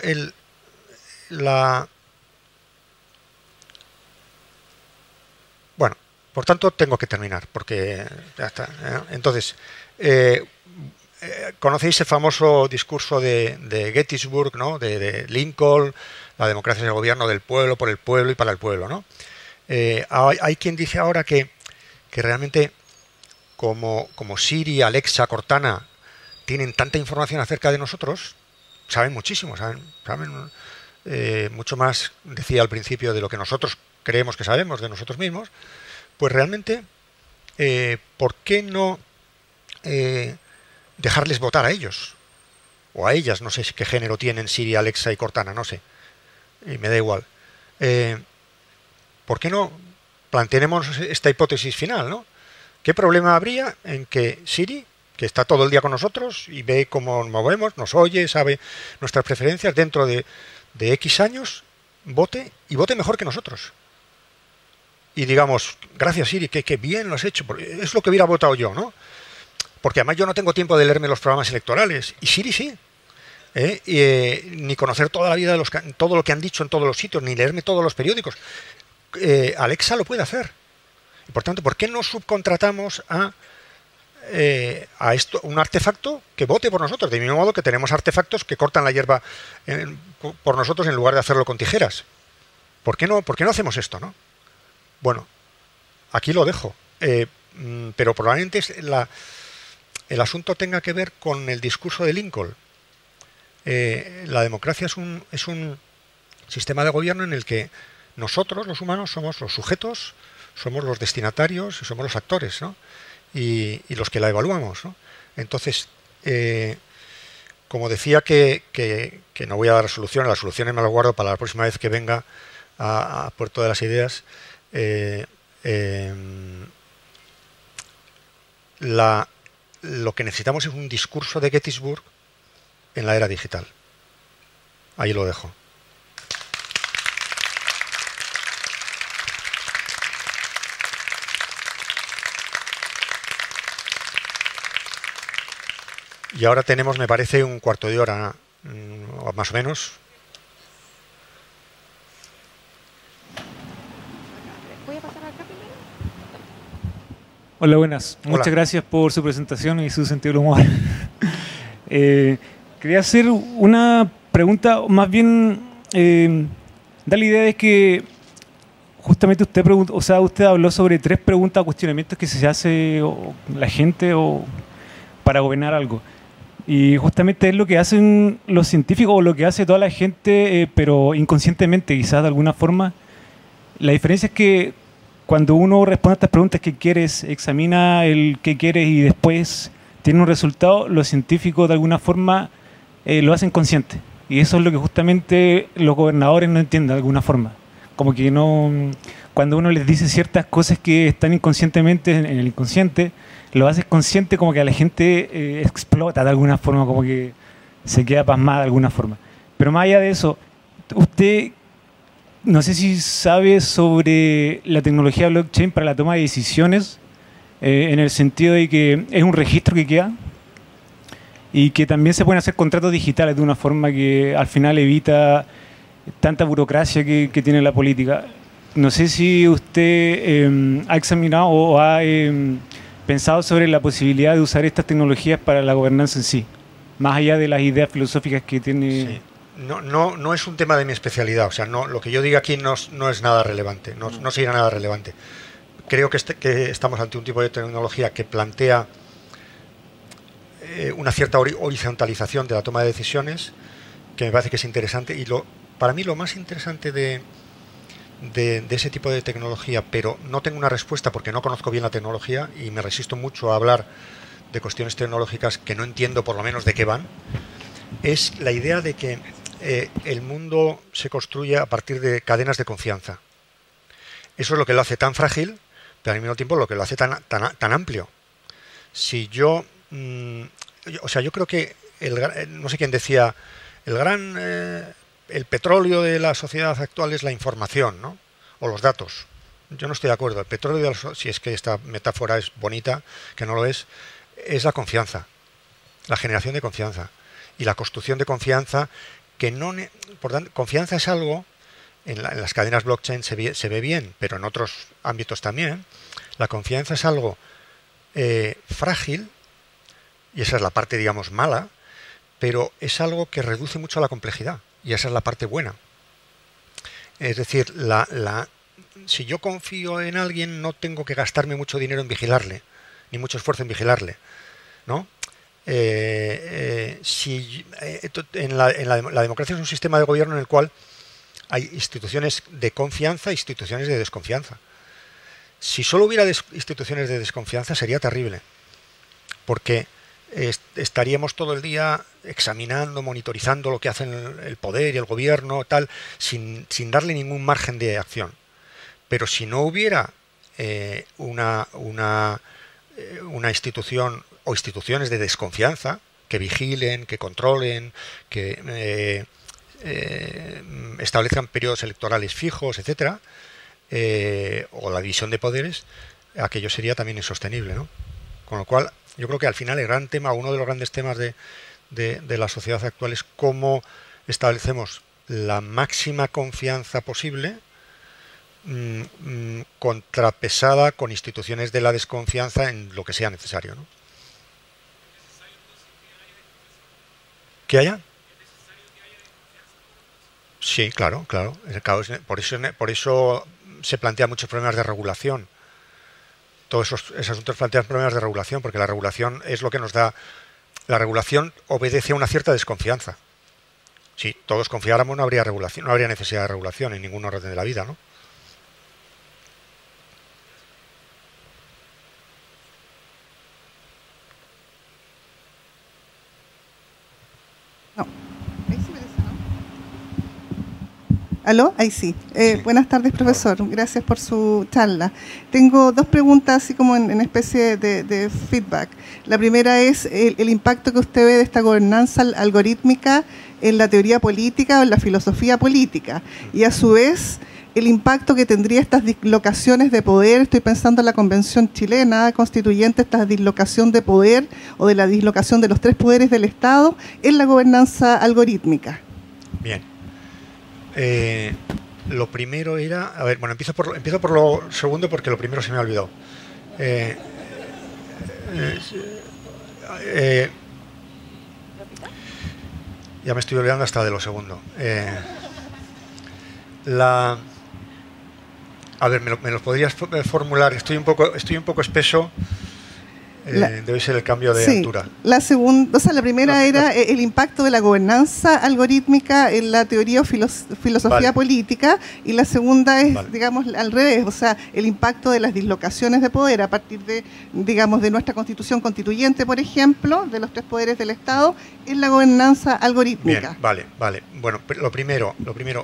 bueno, por tanto tengo que terminar, porque ya está. Entonces, conocéis el famoso discurso de Gettysburg, ¿no? De Lincoln, la democracia es el gobierno del pueblo, por el pueblo y para el pueblo, ¿no? Hay quien dice ahora que realmente como Siri, Alexa, Cortana tienen tanta información acerca de nosotros, saben muchísimo, saben mucho más, decía al principio, de lo que nosotros creemos que sabemos de nosotros mismos. Pues realmente, ¿por qué no dejarles votar a ellos? O a ellas, no sé qué género tienen Siri, Alexa y Cortana, no sé. Y me da igual. ¿Por qué no planteemos esta hipótesis final, ¿no? ¿Qué problema habría en que Siri, que está todo el día con nosotros y ve cómo nos movemos, nos oye, sabe nuestras preferencias, dentro de X años, vote y vote mejor que nosotros? Y digamos, gracias Siri, que bien lo has hecho, es lo que hubiera votado yo, ¿no? Porque además yo no tengo tiempo de leerme los programas electorales, y Siri sí. Ni conocer toda la vida de todo lo que han dicho en todos los sitios, ni leerme todos los periódicos. Alexa lo puede hacer. Y por tanto, ¿por qué no subcontratamos a esto un artefacto que vote por nosotros? De mismo modo que tenemos artefactos que cortan la hierba por nosotros en lugar de hacerlo con tijeras. ¿Por qué no hacemos esto, no? Bueno, aquí lo dejo. Pero probablemente el asunto tenga que ver con el discurso de Lincoln. La democracia es un sistema de gobierno en el que nosotros, los humanos, somos los sujetos, somos los destinatarios y somos los actores, ¿no? Y los que la evaluamos, ¿no? Entonces, como decía que no voy a dar soluciones, las soluciones me las guardo para la próxima vez que venga a Puerto de las Ideas. Lo que necesitamos es un discurso de Gettysburg en la era digital. Ahí lo dejo. Y ahora tenemos, me parece, un cuarto de hora, más o menos. Hola, buenas. Hola. Muchas gracias por su presentación y su sentido del humor. Quería hacer una pregunta, más bien da la idea de que justamente usted habló sobre 3 preguntas o cuestionamientos que se hace la gente para gobernar algo. Y justamente es lo que hacen los científicos o lo que hace toda la gente, pero inconscientemente, quizás de alguna forma. La diferencia es que cuando uno responde a estas preguntas, ¿qué quieres?, examina el qué quieres y después tiene un resultado, los científicos de alguna forma lo hacen consciente. Y eso es lo que justamente los gobernadores no entienden de alguna forma. Como que no, cuando uno les dice ciertas cosas que están inconscientemente en el inconsciente, lo hace consciente, como que a la gente explota de alguna forma, como que se queda pasmada de alguna forma. Pero más allá de eso, usted, no sé si sabe sobre la tecnología blockchain para la toma de decisiones, en el sentido de que es un registro que queda y que también se pueden hacer contratos digitales de una forma que al final evita tanta burocracia que tiene la política. No sé si usted ha examinado o ha pensado sobre la posibilidad de usar estas tecnologías para la gobernanza en sí, más allá de las ideas filosóficas que tiene. Sí. No es un tema de mi especialidad, o sea, lo que yo diga aquí no es nada relevante, no sería nada relevante. Creo que estamos ante un tipo de tecnología que plantea una cierta horizontalización de la toma de decisiones, que me parece que es interesante, y para mí lo más interesante de ese tipo de tecnología, pero no tengo una respuesta porque no conozco bien la tecnología y me resisto mucho a hablar de cuestiones tecnológicas que no entiendo por lo menos de qué van, es la idea de que el mundo se construye a partir de cadenas de confianza. Eso es lo que lo hace tan frágil, pero al mismo tiempo lo que lo hace tan amplio. Si yo creo que no sé quién decía, el petróleo de la sociedad actual es la información, ¿no? O los datos. yo no estoy de acuerdo. El petróleo, si es que esta metáfora es bonita, que no lo es la confianza, la generación de confianza y la construcción de confianza, que no, por tanto, confianza es algo, en las cadenas blockchain se ve bien, pero en otros ámbitos también. La confianza es algo frágil, y esa es la parte, digamos, mala, pero es algo que reduce mucho la complejidad, y esa es la parte buena. Es decir, si yo confío en alguien, no tengo que gastarme mucho dinero en vigilarle, ni mucho esfuerzo en vigilarle, ¿no? La democracia es un sistema de gobierno en el cual hay instituciones de confianza e instituciones de desconfianza. Si solo hubiera instituciones de desconfianza sería terrible, porque estaríamos todo el día examinando, monitorizando lo que hacen el poder y el gobierno, tal, sin darle ningún margen de acción. Pero si no hubiera una institución o instituciones de desconfianza que vigilen, que controlen, que establezcan periodos electorales fijos, etcétera, o la división de poderes, aquello sería también insostenible, ¿no? Con lo cual, yo creo que al final el gran tema, uno de los grandes temas de la sociedad actual es cómo establecemos la máxima confianza posible, contrapesada con instituciones de la desconfianza en lo que sea necesario, ¿no? ¿Que haya? Sí, claro. Por eso se plantean muchos problemas de regulación. Todos esos asuntos plantean problemas de regulación, porque la regulación es lo que nos da. La regulación obedece a una cierta desconfianza. Si todos confiáramos, no habría regulación, no habría necesidad de regulación en ningún orden de la vida, ¿no? ¿Aló? Ahí sí. Sí. Buenas tardes, profesor. Gracias por su charla. Tengo dos preguntas, así como en especie de feedback. La primera es el impacto que usted ve de esta gobernanza algorítmica en la teoría política o en la filosofía política. Y a su vez, el impacto que tendría estas dislocaciones de poder. Estoy pensando en la Convención Chilena Constituyente, esta dislocación de poder o de la dislocación de los tres poderes del Estado en la gobernanza algorítmica. Bien. Lo primero era... A ver, bueno, empiezo por lo segundo porque lo primero se me ha olvidado. Ya me estoy olvidando hasta de lo segundo. A ver, ¿me lo podrías formular? Estoy un poco espeso. Debe ser el cambio de altura. La primera era el impacto de la gobernanza algorítmica en la teoría o filosofía política, y la segunda es, digamos, al revés, o sea, el impacto de las dislocaciones de poder a partir de, digamos, de nuestra constitución constituyente, por ejemplo, de los tres poderes del Estado, en la gobernanza algorítmica. Bien, vale. Bueno, lo primero,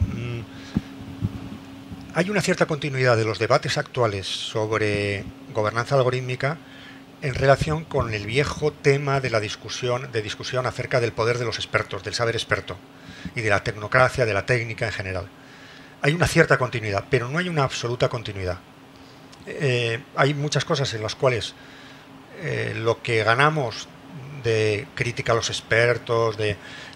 hay una cierta continuidad de los debates actuales sobre gobernanza algorítmica en relación con el viejo tema de la discusión acerca del poder de los expertos, del saber experto, y de la tecnocracia, de la técnica en general. Hay una cierta continuidad, pero no hay una absoluta continuidad. Hay muchas cosas en las cuales lo que ganamos de crítica a los expertos, de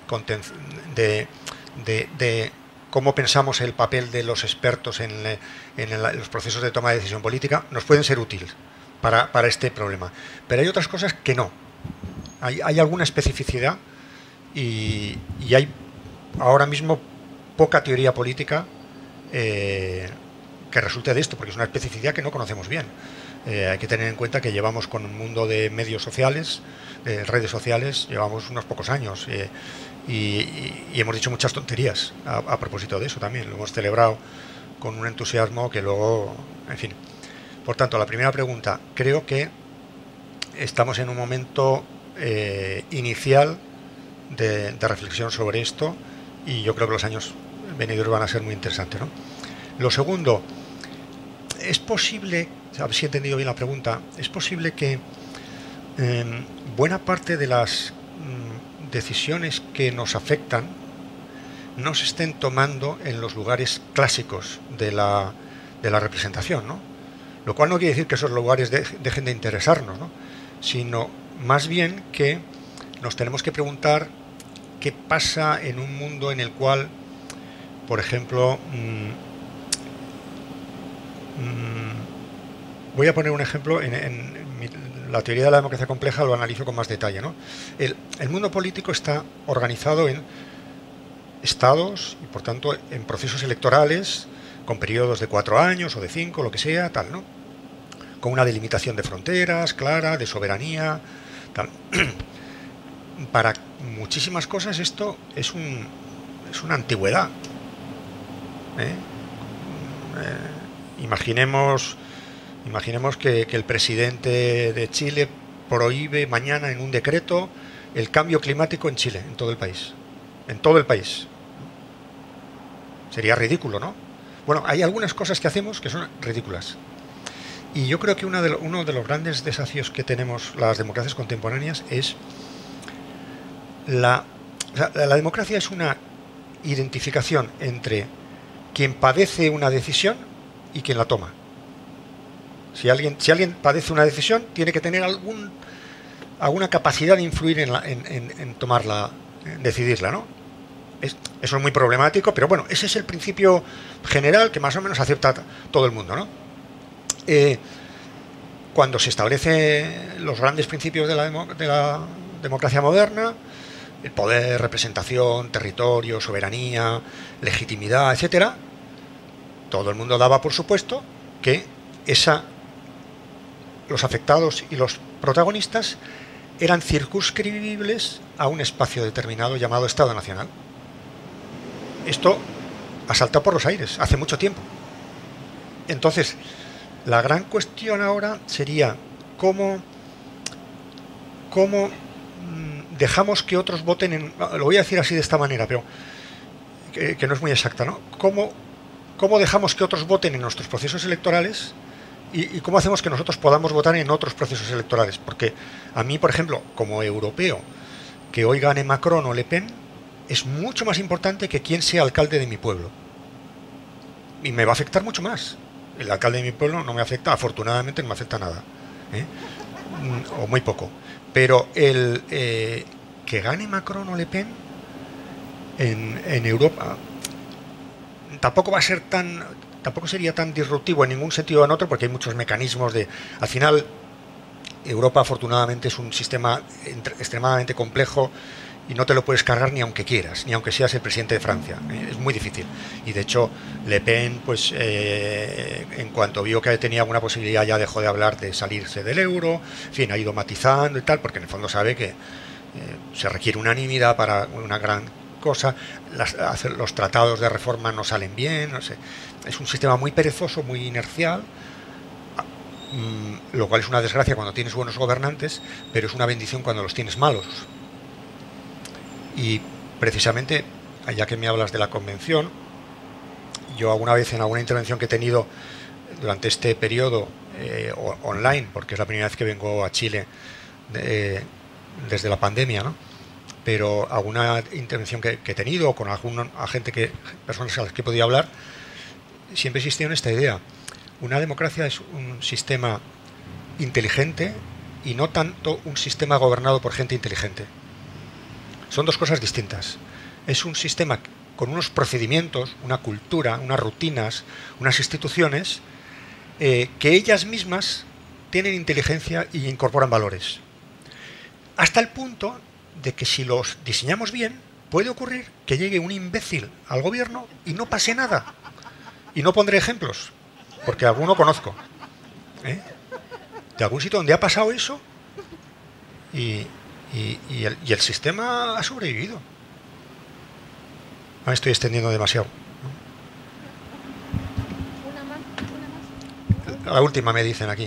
cómo pensamos el papel de los expertos en los procesos de toma de decisión política, nos pueden ser útiles para este problema. Pero hay otras cosas que no. Hay alguna especificidad y hay ahora mismo poca teoría política que resulte de esto, porque es una especificidad que no conocemos bien. Hay que tener en cuenta que llevamos con un mundo de medios sociales, de redes sociales, llevamos unos pocos años y hemos dicho muchas tonterías a propósito de eso también. Lo hemos celebrado con un entusiasmo que luego, en fin. Por tanto, la primera pregunta, creo que estamos en un momento inicial de reflexión sobre esto, y yo creo que los años venideros van a ser muy interesantes, ¿no? Lo segundo, es posible, a ver si he entendido bien la pregunta, es posible que buena parte de las decisiones que nos afectan no se estén tomando en los lugares clásicos de de la representación, ¿no? Lo cual no quiere decir que esos lugares dejen de interesarnos, ¿no? Sino más bien que nos tenemos que preguntar qué pasa en un mundo en el cual, por ejemplo, voy a poner un ejemplo, la teoría de la democracia compleja lo analizo con más detalle, ¿no? El mundo político está organizado en estados y por tanto en procesos electorales con periodos de 4 años o de 5, lo que sea, tal, ¿no? Con una delimitación de fronteras clara, de soberanía, tal. Para muchísimas cosas esto es una antigüedad. Imaginemos que el presidente de Chile prohíbe mañana en un decreto el cambio climático en Chile, en todo el país. En todo el país. Sería ridículo, ¿no? Bueno, hay algunas cosas que hacemos que son ridículas. Y yo creo que uno de los grandes desafíos que tenemos las democracias contemporáneas es la democracia es una identificación entre quien padece una decisión y quien la toma. Si alguien padece una decisión, tiene que tener alguna capacidad de influir en tomarla, en decidirla, ¿no? Eso es muy problemático, pero bueno, ese es el principio general que más o menos acepta todo el mundo, ¿no? Cuando se establecen los grandes principios de la democracia moderna, el poder, representación, territorio, soberanía, legitimidad, etcétera, todo el mundo daba por supuesto que los afectados y los protagonistas eran circunscribibles a un espacio determinado llamado Estado Nacional. Esto ha saltado por los aires hace mucho tiempo. Entonces, la gran cuestión ahora sería cómo dejamos que otros voten lo voy a decir así de esta manera, pero que no es muy exacta, ¿no? ¿Cómo dejamos que otros voten en nuestros procesos electorales y cómo hacemos que nosotros podamos votar en otros procesos electorales? Porque a mí, por ejemplo, como europeo, que hoy gane Macron o Le Pen es mucho más importante que quién sea alcalde de mi pueblo. Y me va a afectar mucho más. El alcalde de mi pueblo no me afecta, afortunadamente no me afecta nada, o muy poco. Pero que gane Macron o Le Pen en Europa tampoco sería tan disruptivo en ningún sentido o en otro, porque hay muchos mecanismos al final Europa afortunadamente es un sistema extremadamente complejo y no te lo puedes cargar ni aunque quieras, ni aunque seas el presidente de Francia. Es muy difícil. Y de hecho, Le Pen, pues en cuanto vio que tenía alguna posibilidad, ya dejó de hablar de salirse del euro. En fin, ha ido matizando y tal, porque en el fondo sabe que se requiere unanimidad para una gran cosa. Los tratados de reforma no salen bien, no sé. Es un sistema muy perezoso, muy inercial, lo cual es una desgracia cuando tienes buenos gobernantes, pero es una bendición cuando los tienes malos. Y precisamente, ya que me hablas de la convención, yo alguna vez en alguna intervención que he tenido durante este periodo online, porque es la primera vez que vengo a Chile desde la pandemia, ¿no? Pero alguna intervención que he tenido con algún agente, personas a las que he podido hablar, siempre he insistido en esta idea. Una democracia es un sistema inteligente y no tanto un sistema gobernado por gente inteligente. Son dos cosas distintas. Es un sistema con unos procedimientos, una cultura, unas rutinas, unas instituciones que ellas mismas tienen inteligencia y incorporan valores. Hasta el punto de que si los diseñamos bien, puede ocurrir que llegue un imbécil al gobierno y no pase nada. Y no pondré ejemplos, porque alguno conozco. De algún sitio donde ha pasado eso y el sistema ha sobrevivido. Me estoy extendiendo demasiado. La última me dicen aquí.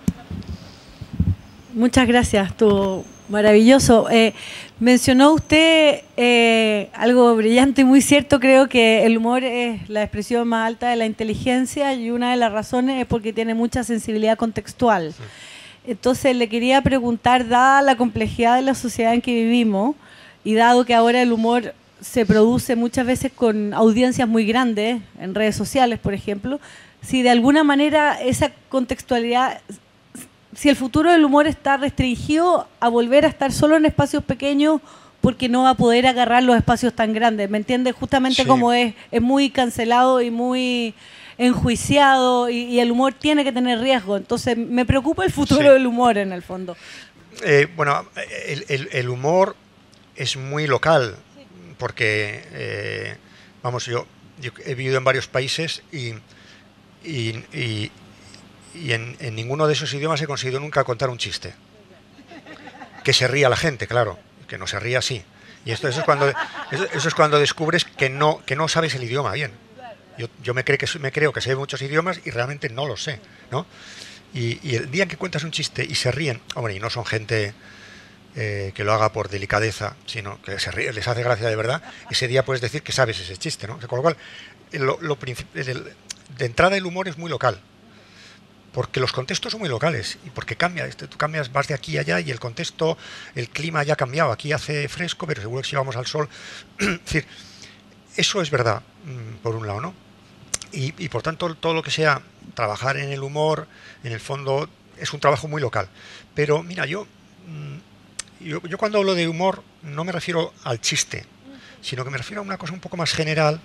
Muchas gracias, estuvo maravilloso. Mencionó usted algo brillante y muy cierto. Creo que el humor es la expresión más alta de la inteligencia y una de las razones es porque tiene mucha sensibilidad contextual. Sí. Entonces le quería preguntar, dada la complejidad de la sociedad en que vivimos y dado que ahora el humor se produce muchas veces con audiencias muy grandes, en redes sociales, por ejemplo, si de alguna manera esa contextualidad, si el futuro del humor está restringido a volver a estar solo en espacios pequeños porque no va a poder agarrar los espacios tan grandes, ¿me entiendes? Justamente Sí. como es muy cancelado y muy enjuiciado y el humor tiene que tener riesgo. Entonces me preocupa el futuro Sí. del humor en el fondo. Bueno, el humor es muy local, porque, vamos, yo he vivido en varios países y en ninguno de esos idiomas he conseguido nunca contar un chiste. Que se ría la gente, claro, que no se ría así. Y eso es cuando descubres que no sabes el idioma bien. Yo me creo que sé muchos idiomas y realmente no lo sé, ¿no? Y el día en que cuentas un chiste y se ríen, hombre, y no son gente que lo haga por delicadeza, sino que se ríe, les hace gracia de verdad, ese día puedes decir que sabes ese chiste, ¿no? O sea, con lo cual, de entrada el humor es muy local, porque los contextos son muy locales y porque cambia. Tú cambias, vas de aquí a allá y el contexto, el clima ya ha cambiado. Aquí hace fresco, pero seguro que si vamos al sol. Es decir, eso es verdad, por un lado, ¿no? Y por tanto, todo lo que sea trabajar en el humor, en el fondo, es un trabajo muy local. Pero mira, yo cuando hablo de humor no me refiero al chiste, sino que me refiero a una cosa un poco más general,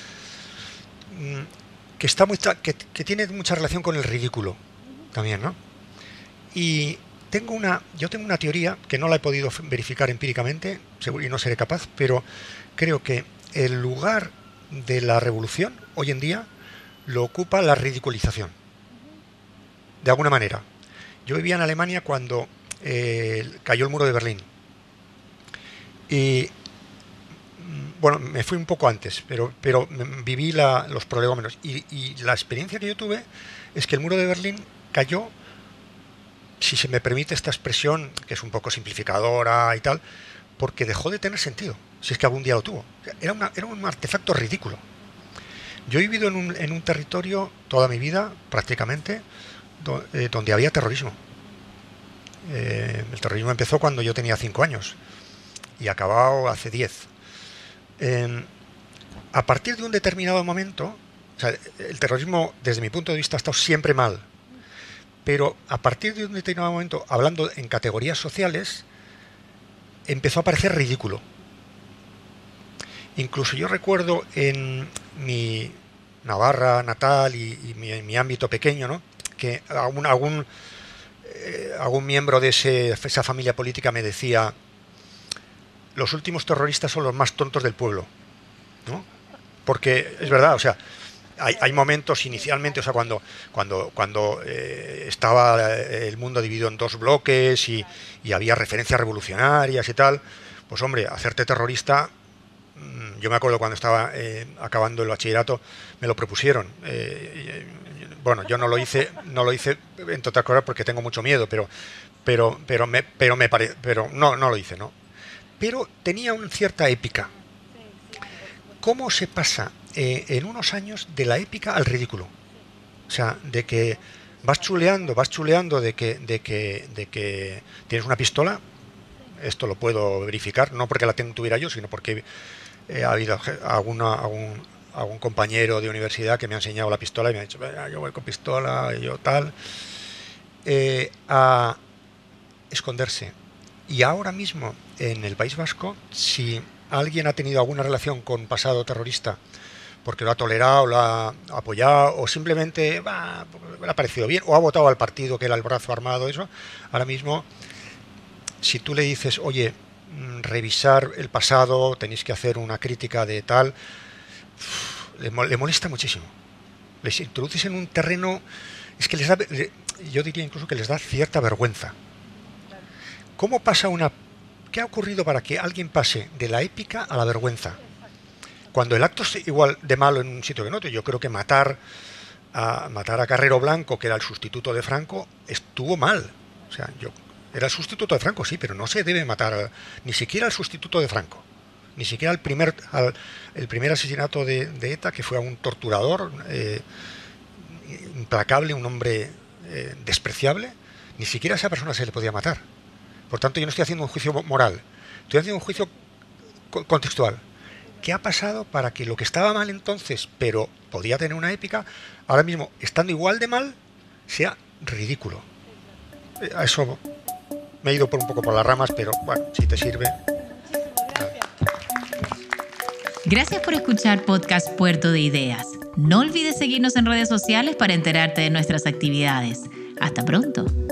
que tiene mucha relación con el ridículo también, ¿no? Y yo tengo una teoría que no la he podido verificar empíricamente, y no seré capaz, pero creo que el lugar de la revolución hoy en día lo ocupa la ridiculización, de alguna manera. Yo vivía en Alemania cuando cayó el muro de Berlín y bueno, me fui un poco antes, pero viví los prolegómenos y la experiencia que yo tuve es que el muro de Berlín cayó, si se me permite esta expresión, que es un poco simplificadora y tal, porque dejó de tener sentido, si es que algún día lo tuvo. Era un artefacto ridículo. Yo he vivido en un territorio toda mi vida, prácticamente, donde había terrorismo. El terrorismo empezó cuando yo tenía 5 años y acabado hace 10. A partir de un determinado momento, o sea, el terrorismo desde mi punto de vista ha estado siempre mal, pero a partir de un determinado momento, hablando en categorías sociales, empezó a parecer ridículo. Incluso yo recuerdo en mi Navarra natal y mi ámbito pequeño, ¿no?, que algún miembro de esa familia política me decía: los últimos terroristas son los más tontos del pueblo, ¿no? Porque es verdad, o sea, hay momentos inicialmente, o sea, cuando estaba el mundo dividido en dos bloques y había referencias revolucionarias y tal, pues hombre, hacerte terrorista, yo me acuerdo cuando estaba acabando el bachillerato, me lo propusieron. Bueno, yo no lo hice entre otras cosas porque tengo mucho miedo, pero no lo hice, ¿no? Pero tenía una cierta épica. ¿Cómo se pasa en unos años de la épica al ridículo? O sea, de que vas chuleando de que tienes una pistola. Esto lo puedo verificar, no porque la tuviera yo, sino porque ha habido algún compañero de universidad que me ha enseñado la pistola y me ha dicho: yo voy con pistola, yo tal, a esconderse. Y ahora mismo en el País Vasco, si alguien ha tenido alguna relación con pasado terrorista porque lo ha tolerado, lo ha apoyado o simplemente le ha parecido bien o ha votado al partido que era el brazo armado, eso, ahora mismo, si tú le dices: oye, revisar el pasado, tenéis que hacer una crítica de tal, le molesta muchísimo. Les introduces en un terreno, es que yo diría incluso que les da cierta vergüenza. ¿Cómo pasa ¿Qué ha ocurrido para que alguien pase de la épica a la vergüenza? Cuando el acto es igual de malo en un sitio que en otro. Yo creo que matar a Carrero Blanco, que era el sustituto de Franco, estuvo mal. O sea, era el sustituto de Franco, sí, pero no se debe matar ni siquiera al sustituto de Franco, ni siquiera el primer asesinato de ETA, que fue a un torturador implacable, un hombre despreciable. Ni siquiera a esa persona se le podía matar. Por tanto, yo no estoy haciendo un juicio moral, estoy haciendo un juicio contextual. ¿qué ha pasado para que lo que estaba mal entonces, pero podía tener una épica, ahora mismo, estando igual de mal, sea ridículo? A eso me he ido un poco por las ramas, pero bueno, si te sirve. Gracias por escuchar Podcast Puerto de Ideas. No olvides seguirnos en redes sociales para enterarte de nuestras actividades. Hasta pronto.